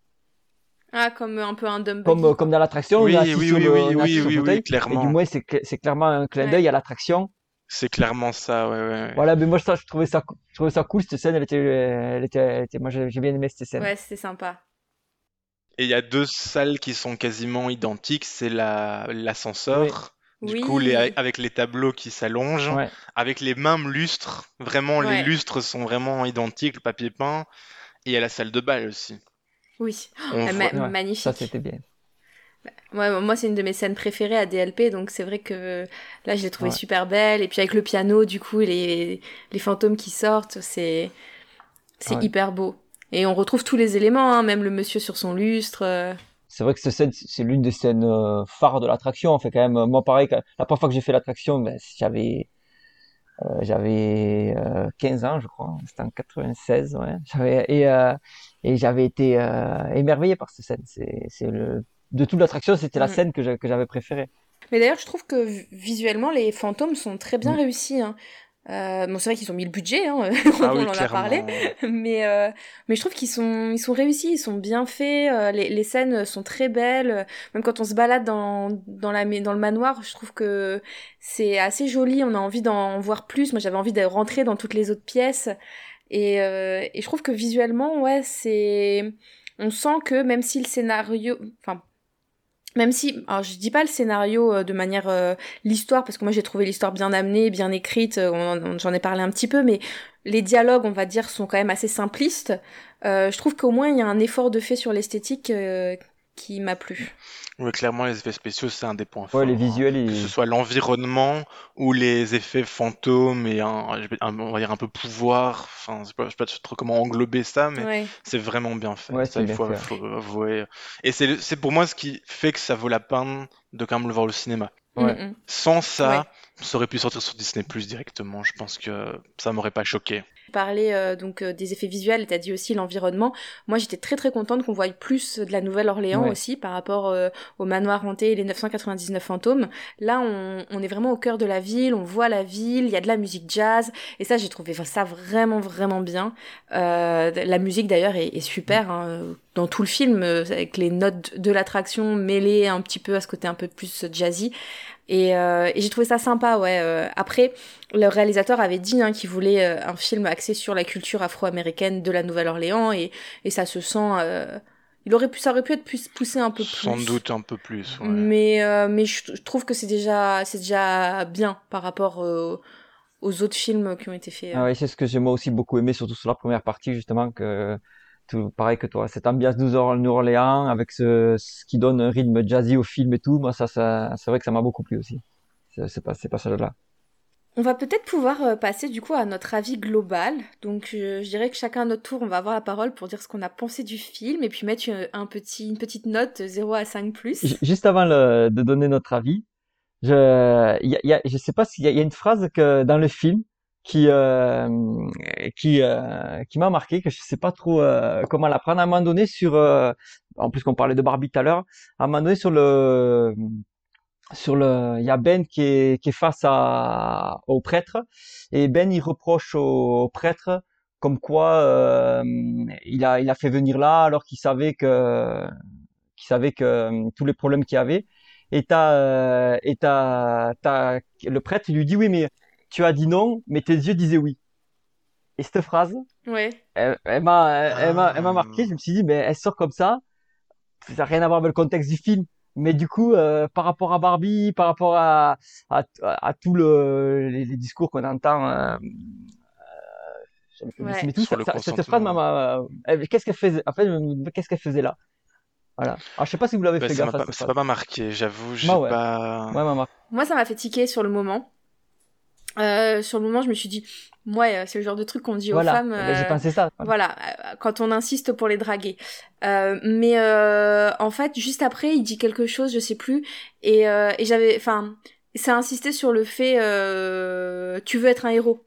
Ah, comme un peu un dumb Comme, buggy, comme dans l'attraction, on Oui, est assis oui, sur oui, le, oui, on est assis oui, sur le oui, fauteuil. oui, clairement. Et du moins, c'est, cl- c'est clairement un clin Ouais. d'œil à l'attraction. C'est clairement ça, ouais, ouais, ouais. Voilà, mais moi, ça, je trouvais ça, cou- je trouvais ça cool, cette scène, elle était, elle était, elle était- moi, j'ai j'ai bien aimé cette scène. Ouais, c'était sympa. Et il y a deux salles qui sont quasiment identiques. C'est la, l'ascenseur. Du Oui. coup, les, avec les tableaux qui s'allongent, Ouais. avec les mêmes lustres. Vraiment, les Ouais. lustres sont vraiment identiques, le papier peint. Et il y a la salle de bal aussi. Oui. On Ah, voit- ma- Ouais, magnifique. Ça, c'était bien. Ouais, moi, c'est une de mes scènes préférées à D L P, donc c'est vrai que là, je l'ai trouvée Ouais. super belle. Et puis avec le piano, du coup, les, les fantômes qui sortent, c'est, c'est Ouais. hyper beau. Et on retrouve tous les éléments, hein, même le monsieur sur son lustre. euh. C'est vrai que cette scène, c'est l'une des scènes euh, phares de l'attraction. En fait, quand même, euh, moi, pareil, quand- la première fois que j'ai fait l'attraction, ben, j'avais, euh, j'avais euh, quinze ans, je crois. C'était en quatre-vingt-seize, ouais. J'avais, et, euh, et j'avais été euh, émerveillé par cette scène. C'est, c'est le, de toute l'attraction, c'était la Mm. scène que, j'a- que j'avais préférée. Mais d'ailleurs, je trouve que vi- visuellement, les fantômes sont très bien Mm. réussis. Hein. Euh, bon, c'est vrai qu'ils ont mis le budget, hein, Ah on oui, en a clairement. parlé, mais, euh, mais je trouve qu'ils sont, ils sont réussis, ils sont bien faits, euh, les, les scènes sont très belles, même quand on se balade dans, dans, la, dans le manoir, je trouve que c'est assez joli, on a envie d'en voir plus, moi j'avais envie de rentrer dans toutes les autres pièces, et, euh, et je trouve que visuellement, ouais, c'est... On sent que même si le scénario... Enfin, même si, alors je dis pas le scénario euh, de manière euh, l'histoire, parce que moi j'ai trouvé l'histoire bien amenée, bien écrite, euh, on en- j'en ai parlé un petit peu, mais les dialogues, on va dire, sont quand même assez simplistes, euh, je trouve qu'au moins il y a un effort de fait sur l'esthétique euh, qui m'a plu. Oui, clairement, les effets spéciaux, c'est un des points Ouais, forts, les hein. visuels, Que ce ils... soit l'environnement ou les effets fantômes et un, je vais- un- on va dire un peu pouvoir. Enfin, je sais pas, je sais pas trop comment englober ça, mais Ouais. c'est vraiment bien fait. Ouais, Ça, c'est il bien faut, fait. faut avouer. Et c'est, le- c'est pour moi ce qui fait que ça vaut la peine de quand même le voir au cinéma. Ouais. Mm, mm. Sans ça, Ouais. ça aurait pu sortir sur Disney Plus directement. Je pense que ça m'aurait pas choqué. Parler euh, donc euh, des effets visuels, et t'as dit aussi l'environnement. Moi, j'étais très très contente qu'on voie plus de la Nouvelle-Orléans Ouais. aussi par rapport euh, au manoir hanté et les neuf cent quatre-vingt-dix-neuf fantômes. Là, on, on est vraiment au cœur de la ville, on voit la ville, il y a de la musique jazz, et ça, j'ai trouvé ça vraiment vraiment bien. Euh, la musique d'ailleurs est, est super hein, dans tout le film, euh, avec les notes de l'attraction mêlées un petit peu à ce côté un peu plus jazzy. Et, euh, et j'ai trouvé ça sympa, ouais. Euh, après, le réalisateur avait dit hein, qu'il voulait euh, un film axé sur la culture afro-américaine de la Nouvelle-Orléans, et, et ça se sent... euh, il aurait pu, ça aurait pu être plus, poussé un peu Sans plus. doute un peu plus. Ouais. Mais, euh, mais je, je trouve que c'est déjà, c'est déjà bien par rapport euh, aux autres films qui ont été faits. Ah euh. ouais, c'est ce que j'ai moi aussi beaucoup aimé, surtout sur la première partie, justement, que tout pareil que toi, cette ambiance New Or- New Orleans avec ce, ce qui donne un rythme jazzy au film et tout, moi ça, ça c'est vrai que ça m'a beaucoup plu aussi. C'est c'est pas, ces passages-là. On va peut-être pouvoir euh, passer du coup à notre avis global. Donc euh, je dirais que chacun à notre tour, on va avoir la parole pour dire ce qu'on a pensé du film et puis mettre euh, un petit, une petite note zéro à cinq plus. J- Juste avant le- de donner notre avis, je, il y a, il y a- je sais pas s'il y a, il y a une phrase que dans le film qui euh, qui euh, qui m'a marqué, que je sais pas trop euh, comment la prendre. À un moment donné sur, euh, en plus qu'on parlait de Barbie tout à l'heure, à un moment donné sur le sur le, il y a Ben qui est qui est face à au prêtre, et Ben il reproche au, au prêtre comme quoi euh, il a il a fait venir là alors qu'il savait que qu'il savait que euh, tous les problèmes qu'il y avait. Et t'as, euh, et t'as, t'as, le prêtre, il lui dit oui, mais tu as dit non, mais tes yeux disaient oui. Et cette phrase, Ouais. elle, elle m'a, elle m'a, elle m'a Ah. marqué. Je me suis dit, mais elle sort comme ça, ça n'a rien à voir avec le contexte du film. Mais du coup, euh, par rapport à Barbie, par rapport à, à, à tout le, les, les discours qu'on entend euh, sur le féminisme Ouais. et tout, Sur ça, le ça, cette phrase m'a, consentement. m'a- elle- qu'est-ce qu'elle faisait? En fait, je me demandais qu'est-ce qu'elle faisait là? Voilà. Alors, je sais pas si vous l'avez Bah, fait ça m'a gaffe à pas, cette ça phrase. m'a pas marqué, j'avoue, j'ai Moi, ouais. pas. Ouais, m'a marqué. Moi, ça m'a fait tiquer sur le moment. Euh, sur le moment, je me suis dit, ouais, euh, c'est le genre de truc qu'on dit aux Voilà. femmes. Eh ben, j'ai euh, pensé ça. Voilà. Voilà, euh, quand on insiste pour les draguer. Euh, mais euh, en fait, juste après, il dit quelque chose, je sais plus, et, euh, et j'avais, enfin, ça insistait sur le fait, euh, tu veux être un héros.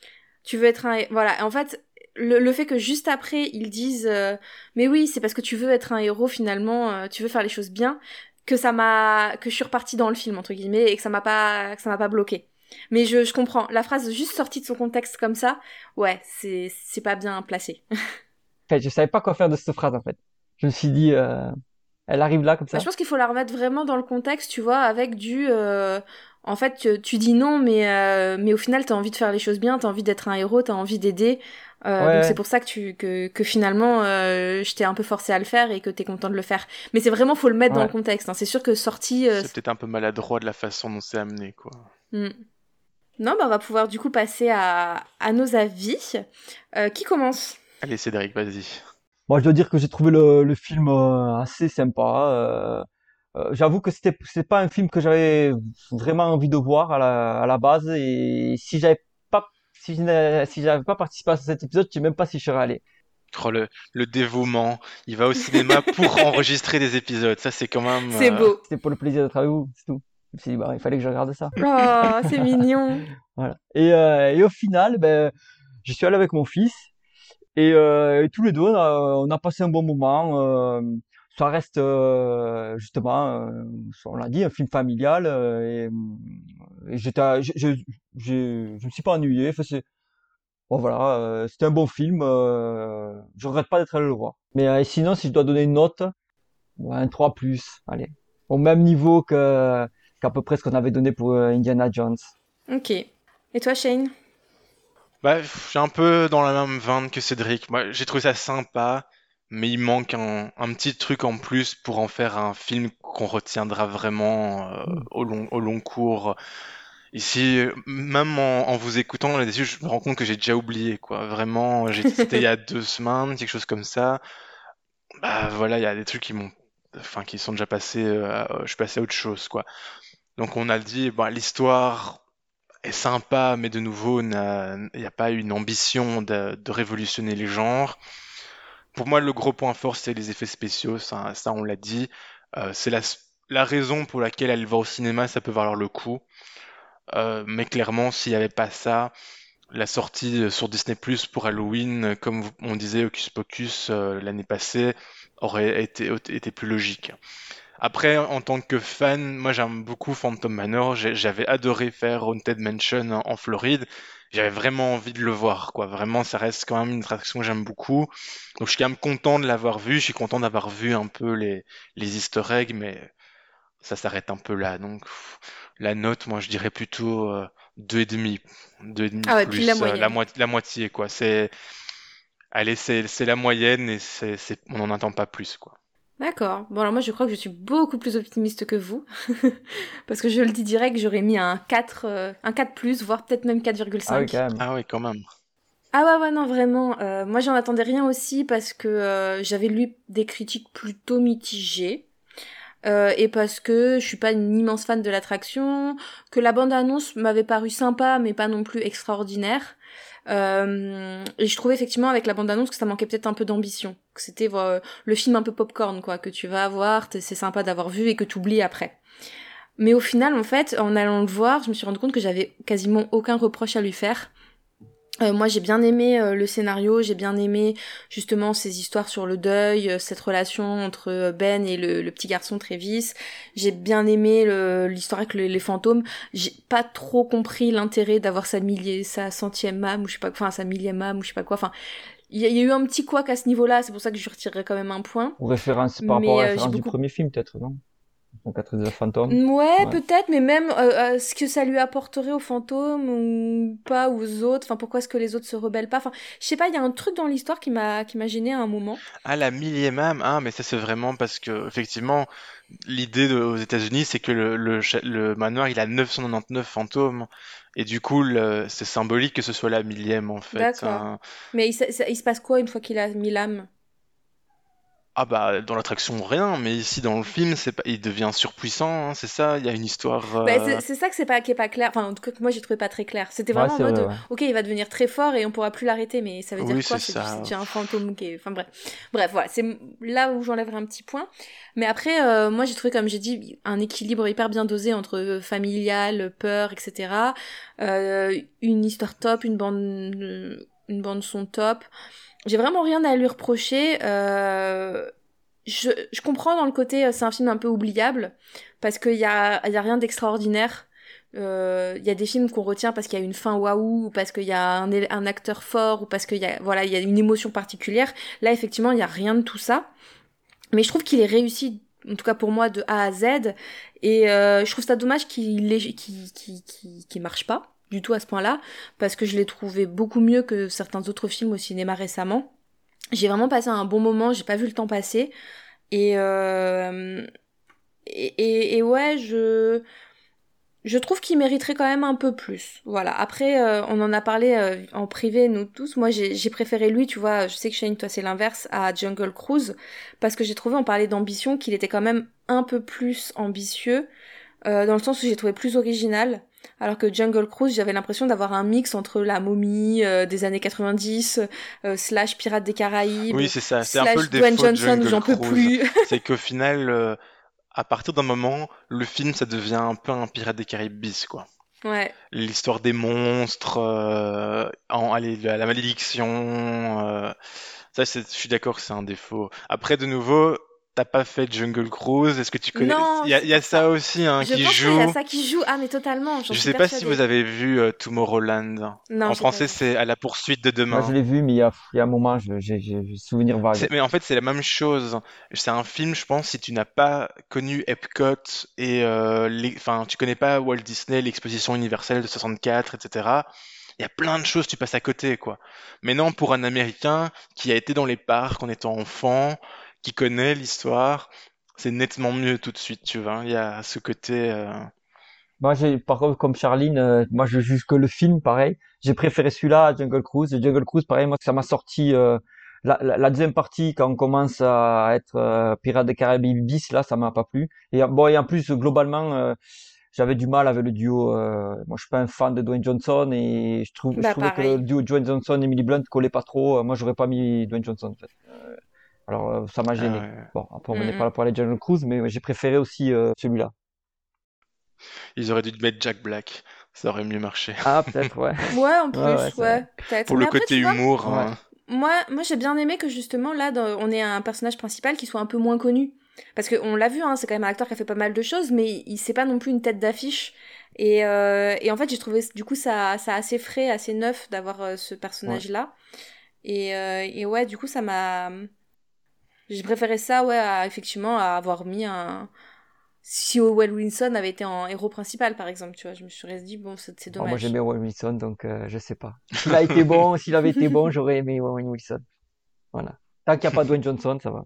Tu veux être un, hé- voilà. En fait, le, le fait que juste après ils disent, euh, mais oui, c'est parce que tu veux être un héros finalement, euh, tu veux faire les choses bien, que ça m'a, que je suis repartie dans le film entre guillemets et que ça m'a pas, que ça m'a pas bloqué. Mais je, je comprends. La phrase juste sortie de son contexte comme ça, ouais, c'est, c'est pas bien placé. En fait, je savais pas quoi faire de cette phrase, en fait. Je me suis dit, euh, elle arrive là, comme Bah, ça. je pense qu'il faut la remettre vraiment dans le contexte, tu vois, avec du... euh, en fait, tu, tu dis non, mais, euh, mais au final, t'as envie de faire les choses bien, t'as envie d'être un héros, t'as envie d'aider. Euh, Ouais, donc ouais. c'est pour ça que, tu, que, que finalement, euh, je t'ai un peu forcé à le faire et que t'es content de le faire. Mais c'est vraiment, faut le mettre dans Ouais. le contexte. Hein. C'est sûr que sorti... euh, C'est peut-être un peu maladroit de la façon dont c'est amené, quoi. hmm. Non, bah on va pouvoir du coup passer à, à nos avis. Euh, qui commence? Allez, Cédric, vas-y. Moi, je dois dire que j'ai trouvé le, le film euh, assez sympa. Euh, euh, j'avoue que c'était, c'est pas un film que j'avais vraiment envie de voir à la, à la base. Et si j'avais pas, si je n'avais- si j'avais pas participé à cet épisode, je sais même pas si je serais allé. Oh, le, le dévouement. Il va au cinéma pour enregistrer des épisodes. Ça, c'est quand même. C'est euh, beau. C'était pour le plaisir d'être avec vous, c'est tout. Je me suis dit, bah, il fallait que je regarde ça. Oh, c'est mignon. Voilà. Et, euh, et au final, ben, je suis allé avec mon fils. Et, euh, et tous les deux, on a, on a passé un bon moment. Euh, ça reste euh, justement, euh, on l'a dit, un film familial. Euh, et, et j'étais, je, je, je, je me suis pas ennuyé. Enfin, c'est, bon voilà, euh, c'était un bon film. Euh, je regrette pas d'être allé le voir. Mais euh, sinon, si je dois donner une note, ouais, un trois plus. Allez, au même niveau que qu'à peu près ce qu'on avait donné pour euh, Indiana Jones. Ok. Et toi, Shane? Bah, je suis un peu dans la même veine que Cédric. Moi, j'ai trouvé ça sympa, mais il manque un, un petit truc en plus pour en faire un film qu'on retiendra vraiment euh, Mm. au long, au long cours. Ici, euh, même en, en vous écoutant là-dessus, je me rends compte que j'ai déjà oublié, quoi. Vraiment, j'ai- c'était il y a deux semaines, quelque chose comme ça. Bah voilà, il y a des trucs qui m'ont, enfin, qui sont déjà passés. Euh, à- je suis passé à autre chose, quoi. Donc on a dit, bah, l'histoire est sympa, mais de nouveau, n'a- il n'y a pas une ambition de, de révolutionner les genres. Pour moi, le gros point fort, c'est les effets spéciaux, ça, ça on l'a dit. Euh, c'est la, la raison pour laquelle elle va au cinéma, ça peut valoir le coup. Euh, mais clairement, s'il n'y avait pas ça, la sortie euh, sur Disney Plus pour Halloween, euh, comme vous- on disait Hocus Pocus euh, l'année passée, aurait été, été plus logique. Après, en tant que fan, moi j'aime beaucoup Phantom Manor. J'ai- J'avais adoré faire Haunted Mansion en, en Floride. J'avais vraiment envie de le voir, quoi. Vraiment, ça reste quand même une attraction que j'aime beaucoup. Donc je suis quand même content de l'avoir vu. Je suis content d'avoir vu un peu les, les Easter eggs, mais ça s'arrête un peu là. Donc pff, la note, moi je dirais plutôt euh, deux et demi, deux et demi Ah ouais, puis la plus, euh, la, moyenne. moi- la moitié, quoi. C'est, allez, c'est c'est la moyenne et c'est, c'est, on n'en attend pas plus, quoi. D'accord. Bon, alors moi, je crois que je suis beaucoup plus optimiste que vous. Parce que je le dis direct, j'aurais mis un quatre, euh, un quatre plus, voire peut-être même Ah oui, quatre virgule cinq. quand même. Ah oui, quand même. Ah ouais, ouais, non, vraiment. Euh, moi, j'en attendais rien aussi parce que euh, j'avais lu des critiques plutôt mitigées. Euh, et parce que je suis pas une immense fan de l'attraction, que la bande-annonce m'avait paru sympa, mais pas non plus extraordinaire. Euh, et je trouvais effectivement avec la bande-annonce que ça manquait peut-être un peu d'ambition. Que c'était euh, le film un peu popcorn, quoi, que tu vas avoir, c'est sympa d'avoir vu et que tu oublies après. Mais au final, en fait, en allant le voir, je me suis rendu compte que j'avais quasiment aucun reproche à lui faire. Euh, moi, j'ai bien aimé euh, le scénario, j'ai bien aimé justement ces histoires sur le deuil, euh, cette relation entre euh, Ben et le, le petit garçon Travis. J'ai bien aimé le- l'histoire avec le- les fantômes. J'ai pas trop compris l'intérêt d'avoir sa millier, sa centième âme ou je sais pas quoi, enfin sa millième âme ou je sais pas quoi. Enfin, il y, a il y a eu un petit couac à ce niveau-là, c'est pour ça que je lui retirerais quand même un point. Ou référence, par rapport Mais à la euh, j'ai référence du beaucoup. premier film, peut-être, non? Donc, quatre des fantômes. Ouais, Ouais. peut-être, mais même euh, euh, ce que ça lui apporterait aux fantômes ou pas aux autres. Enfin, pourquoi est-ce que les autres se rebellent pas? Enfin, je sais pas, il y a un truc dans l'histoire qui m'a qui m'a gêné à un moment. Ah, la millième âme, ah, mais ça c'est vraiment parce que, effectivement, l'idée de- aux États-Unis, c'est que le, le, cha- le manoir, il a neuf cent quatre-vingt-dix-neuf fantômes. Et du coup, le- c'est symbolique que ce soit la millième, en fait, D'accord. hein. Mais il, se- ça- il se passe quoi une fois qu'il a mis l'âme? Ah bah, dans l'attraction, rien, mais ici, dans le film, c'est pas, il devient surpuissant, hein, c'est ça, il y a une histoire... Bah, euh, c'est c'est ça que c'est pas qui est pas clair. Enfin, en tout cas, que moi j'ai trouvé pas très clair. C'était Ouais, vraiment en c'est vrai, mode, euh, ouais. ok, il va devenir très fort et on pourra plus l'arrêter, mais ça veut dire Oui, quoi? c'est C'est c'est ça. déjà un fantôme qui est. Enfin bref, bref, voilà, c'est là où j'enlèverai un petit point. Mais après, euh, moi j'ai trouvé, comme j'ai dit, un équilibre hyper bien dosé entre euh, familial, peur, et cetera. Euh, une histoire top, une bande, euh, une bande son top. J'ai vraiment rien à lui reprocher. Euh, je, je comprends dans le côté, euh, c'est un film un peu oubliable, parce qu'il y a, il y a rien d'extraordinaire. Euh, Il y a des films qu'on retient parce qu'il y a une fin waouh, ou parce qu'il y a un, éle- un acteur fort, ou parce qu'il y a, voilà, il y a une émotion particulière. Là, effectivement, il y a rien de tout ça. Mais je trouve qu'il est réussi, en tout cas pour moi, de A à Z. Et euh, je trouve ça dommage qu'il est- qu'il, qu'il, qu'il, qu'il marche pas du tout à ce point-là, parce que je l'ai trouvé beaucoup mieux que certains autres films au cinéma récemment. J'ai vraiment passé un bon moment, j'ai pas vu le temps passer. Et, euh, et, et, et ouais, je, je trouve qu'il mériterait quand même un peu plus. Voilà. Après, euh, on en a parlé euh, en privé, nous tous. Moi, j'ai, j'ai préféré lui, tu vois, je sais que Shane, toi, c'est l'inverse, à Jungle Cruise, parce que j'ai trouvé, on parlait d'ambition, qu'il était quand même un peu plus ambitieux, euh, dans le sens où j'ai trouvé plus original. Alors que Jungle Cruise, j'avais l'impression d'avoir un mix entre la momie euh, des années quatre-vingt-dix, euh, slash Pirates des Caraïbes, Oui, c'est ça, c'est un peu le slash Dwayne défaut de Johnson où Jungle j'en peux Cruise. plus. C'est qu'au final, euh, à partir d'un moment, le film, ça devient un peu un Pirates des Caraïbes bis, quoi. Ouais. L'histoire des monstres, euh, en, allez, la, la malédiction, euh, ça, c'est- je suis d'accord que c'est un défaut. Après, de nouveau, t'as pas fait Jungle Cruise, est-ce que tu connais... Non, Il y a, c'est il y a pour ça ça. aussi, hein, Je qui pense qu'il y a joue. ça qui joue. Ah, mais totalement, j'en Je suis sais pas si persuadée. vous avez vu euh, Tomorrowland. Non, En j'ai pas français, vu. c'est À la poursuite de Moi, je demain. l'ai vu, mais il y a, il y a un moment, je- j'ai j'ai- j'ai souvenir vague. C'est- Mais en fait, c'est la même chose. C'est un film, je pense, si tu n'as pas connu Epcot et euh, les... enfin, tu connais pas Walt Disney, l'exposition universelle de soixante-quatre, et cetera. Il y a plein de choses, tu passes à côté, quoi. Mais non, pour un Américain qui a été dans les parcs en étant enfant, qui connaît l'histoire, c'est nettement mieux tout de suite, tu vois. Il y a ce côté, euh, Moi, j'ai, par contre, comme Charline, euh, moi, je juge que le film, pareil. J'ai préféré celui-là à Jungle Cruise. Et Jungle Cruise, pareil, moi, ça m'a sorti, euh, la, la, la deuxième partie, quand on commence à être euh, Pirates des Caraïbes bis, là, ça m'a pas plu. Et euh, bon, et en plus, globalement, euh, j'avais du mal avec le duo. Euh, moi, je suis pas un fan de Dwayne Johnson et je trouve, je Bah trouvais que pareil. le duo Dwayne Johnson et Emily Blunt collait pas trop. Euh, Moi, j'aurais pas mis Dwayne Johnson, en fait. Euh, alors, euh, ça m'a Ah gêné. ouais. Bon, après, on n'est Mm, pas là pour aller Jungle Cruise, mais j'ai préféré aussi euh, celui-là. Ils auraient dû mettre Jack Black, ça aurait mieux marché. Ah, peut-être, ouais. mm. Ouais, en plus, Ouais, ouais, ouais, c'est vrai. peut-être. Pour Mais le après, côté tu vois, humour, Ouais. hein. moi, moi j'ai bien aimé que justement, là, dans- on ait un personnage principal qui soit un peu moins connu. Parce qu'on l'a vu, hein, c'est quand même un acteur qui a fait pas mal de choses, mais il c'est pas non plus une tête d'affiche. Et, euh, et en fait, j'ai trouvé du coup ça, ça assez frais, assez neuf d'avoir euh, ce Ouais. personnage-là. Et, euh, et ouais, du coup, ça m'a. J'ai préféré ça, ouais, à, effectivement, à avoir mis un. Si Owen Wilson avait été en héros principal, par exemple, tu vois, je me suis dit, bon, c'est c'est Bon, moi, dommage. j'aimais Owen Wilson, donc euh, je sais pas. S'il a été bon, s'il avait été bon, j'aurais aimé Owen Wilson. Voilà. Tant qu'il n'y a pas Dwayne Johnson, ça va.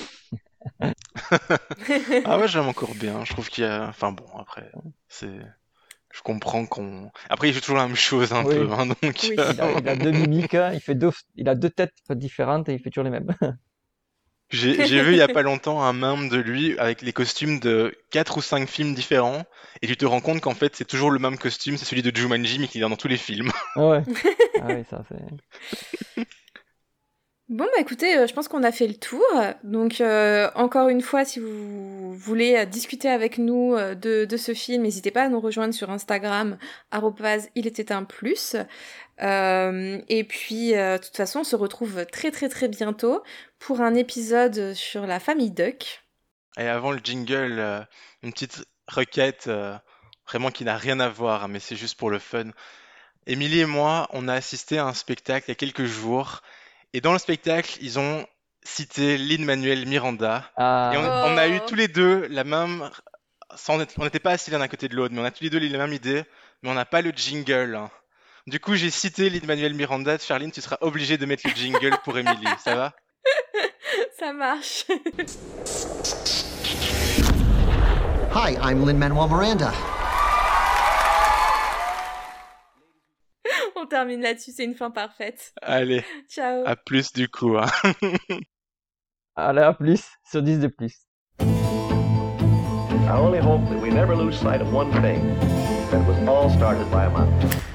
Ah ouais, j'aime encore bien. Je trouve qu'il y a. Enfin bon, après, c'est. Je comprends qu'on. Après, il fait toujours la même chose un Oui. peu, hein, donc. Oui. euh, Il a, il a deux mimiques, hein, il fait deux, il a deux têtes différentes et il fait toujours les mêmes. J'ai j'ai vu il y a pas longtemps un mème de lui avec les costumes de quatre ou cinq films différents, et tu te rends compte qu'en fait c'est toujours le même costume, c'est celui de Jumanji, mais qu'il est dans tous les films. Ah ouais. Ah oui, ça c'est. Bon, bah écoutez, euh, je pense qu'on a fait le tour. Donc, euh, encore une fois, si vous voulez euh, discuter avec nous euh, de, de ce film, n'hésitez pas à nous rejoindre sur Instagram, arobase il était un plus. Euh, et puis, euh, de toute façon, on se retrouve très très très bientôt pour un épisode sur la famille Duck. Et avant le jingle, euh, une petite requête euh, vraiment qui n'a rien à voir, hein, mais c'est juste pour le fun. Émilie et moi, on a assisté à un spectacle il y a quelques jours, et dans le spectacle, ils ont cité Lin-Manuel Miranda, et on, Ah, on a eu Oh. tous les deux la même, sans être- on n'était pas assis l'un à côté de l'autre, mais on a tous les deux la même idée, mais on n'a pas le jingle, hein. Du coup, j'ai cité Lin-Manuel Miranda. Charline, tu seras obligée de mettre le jingle pour Émilie, ça va? Ça marche. Hi, I'm Lin-Manuel Miranda. On termine là-dessus, c'est une fin parfaite. Allez, Ciao. à plus du coup, hein. allez, à plus, sur dix de plus. I only hope that we never lose sight of one thing, that it was all started by a mountain.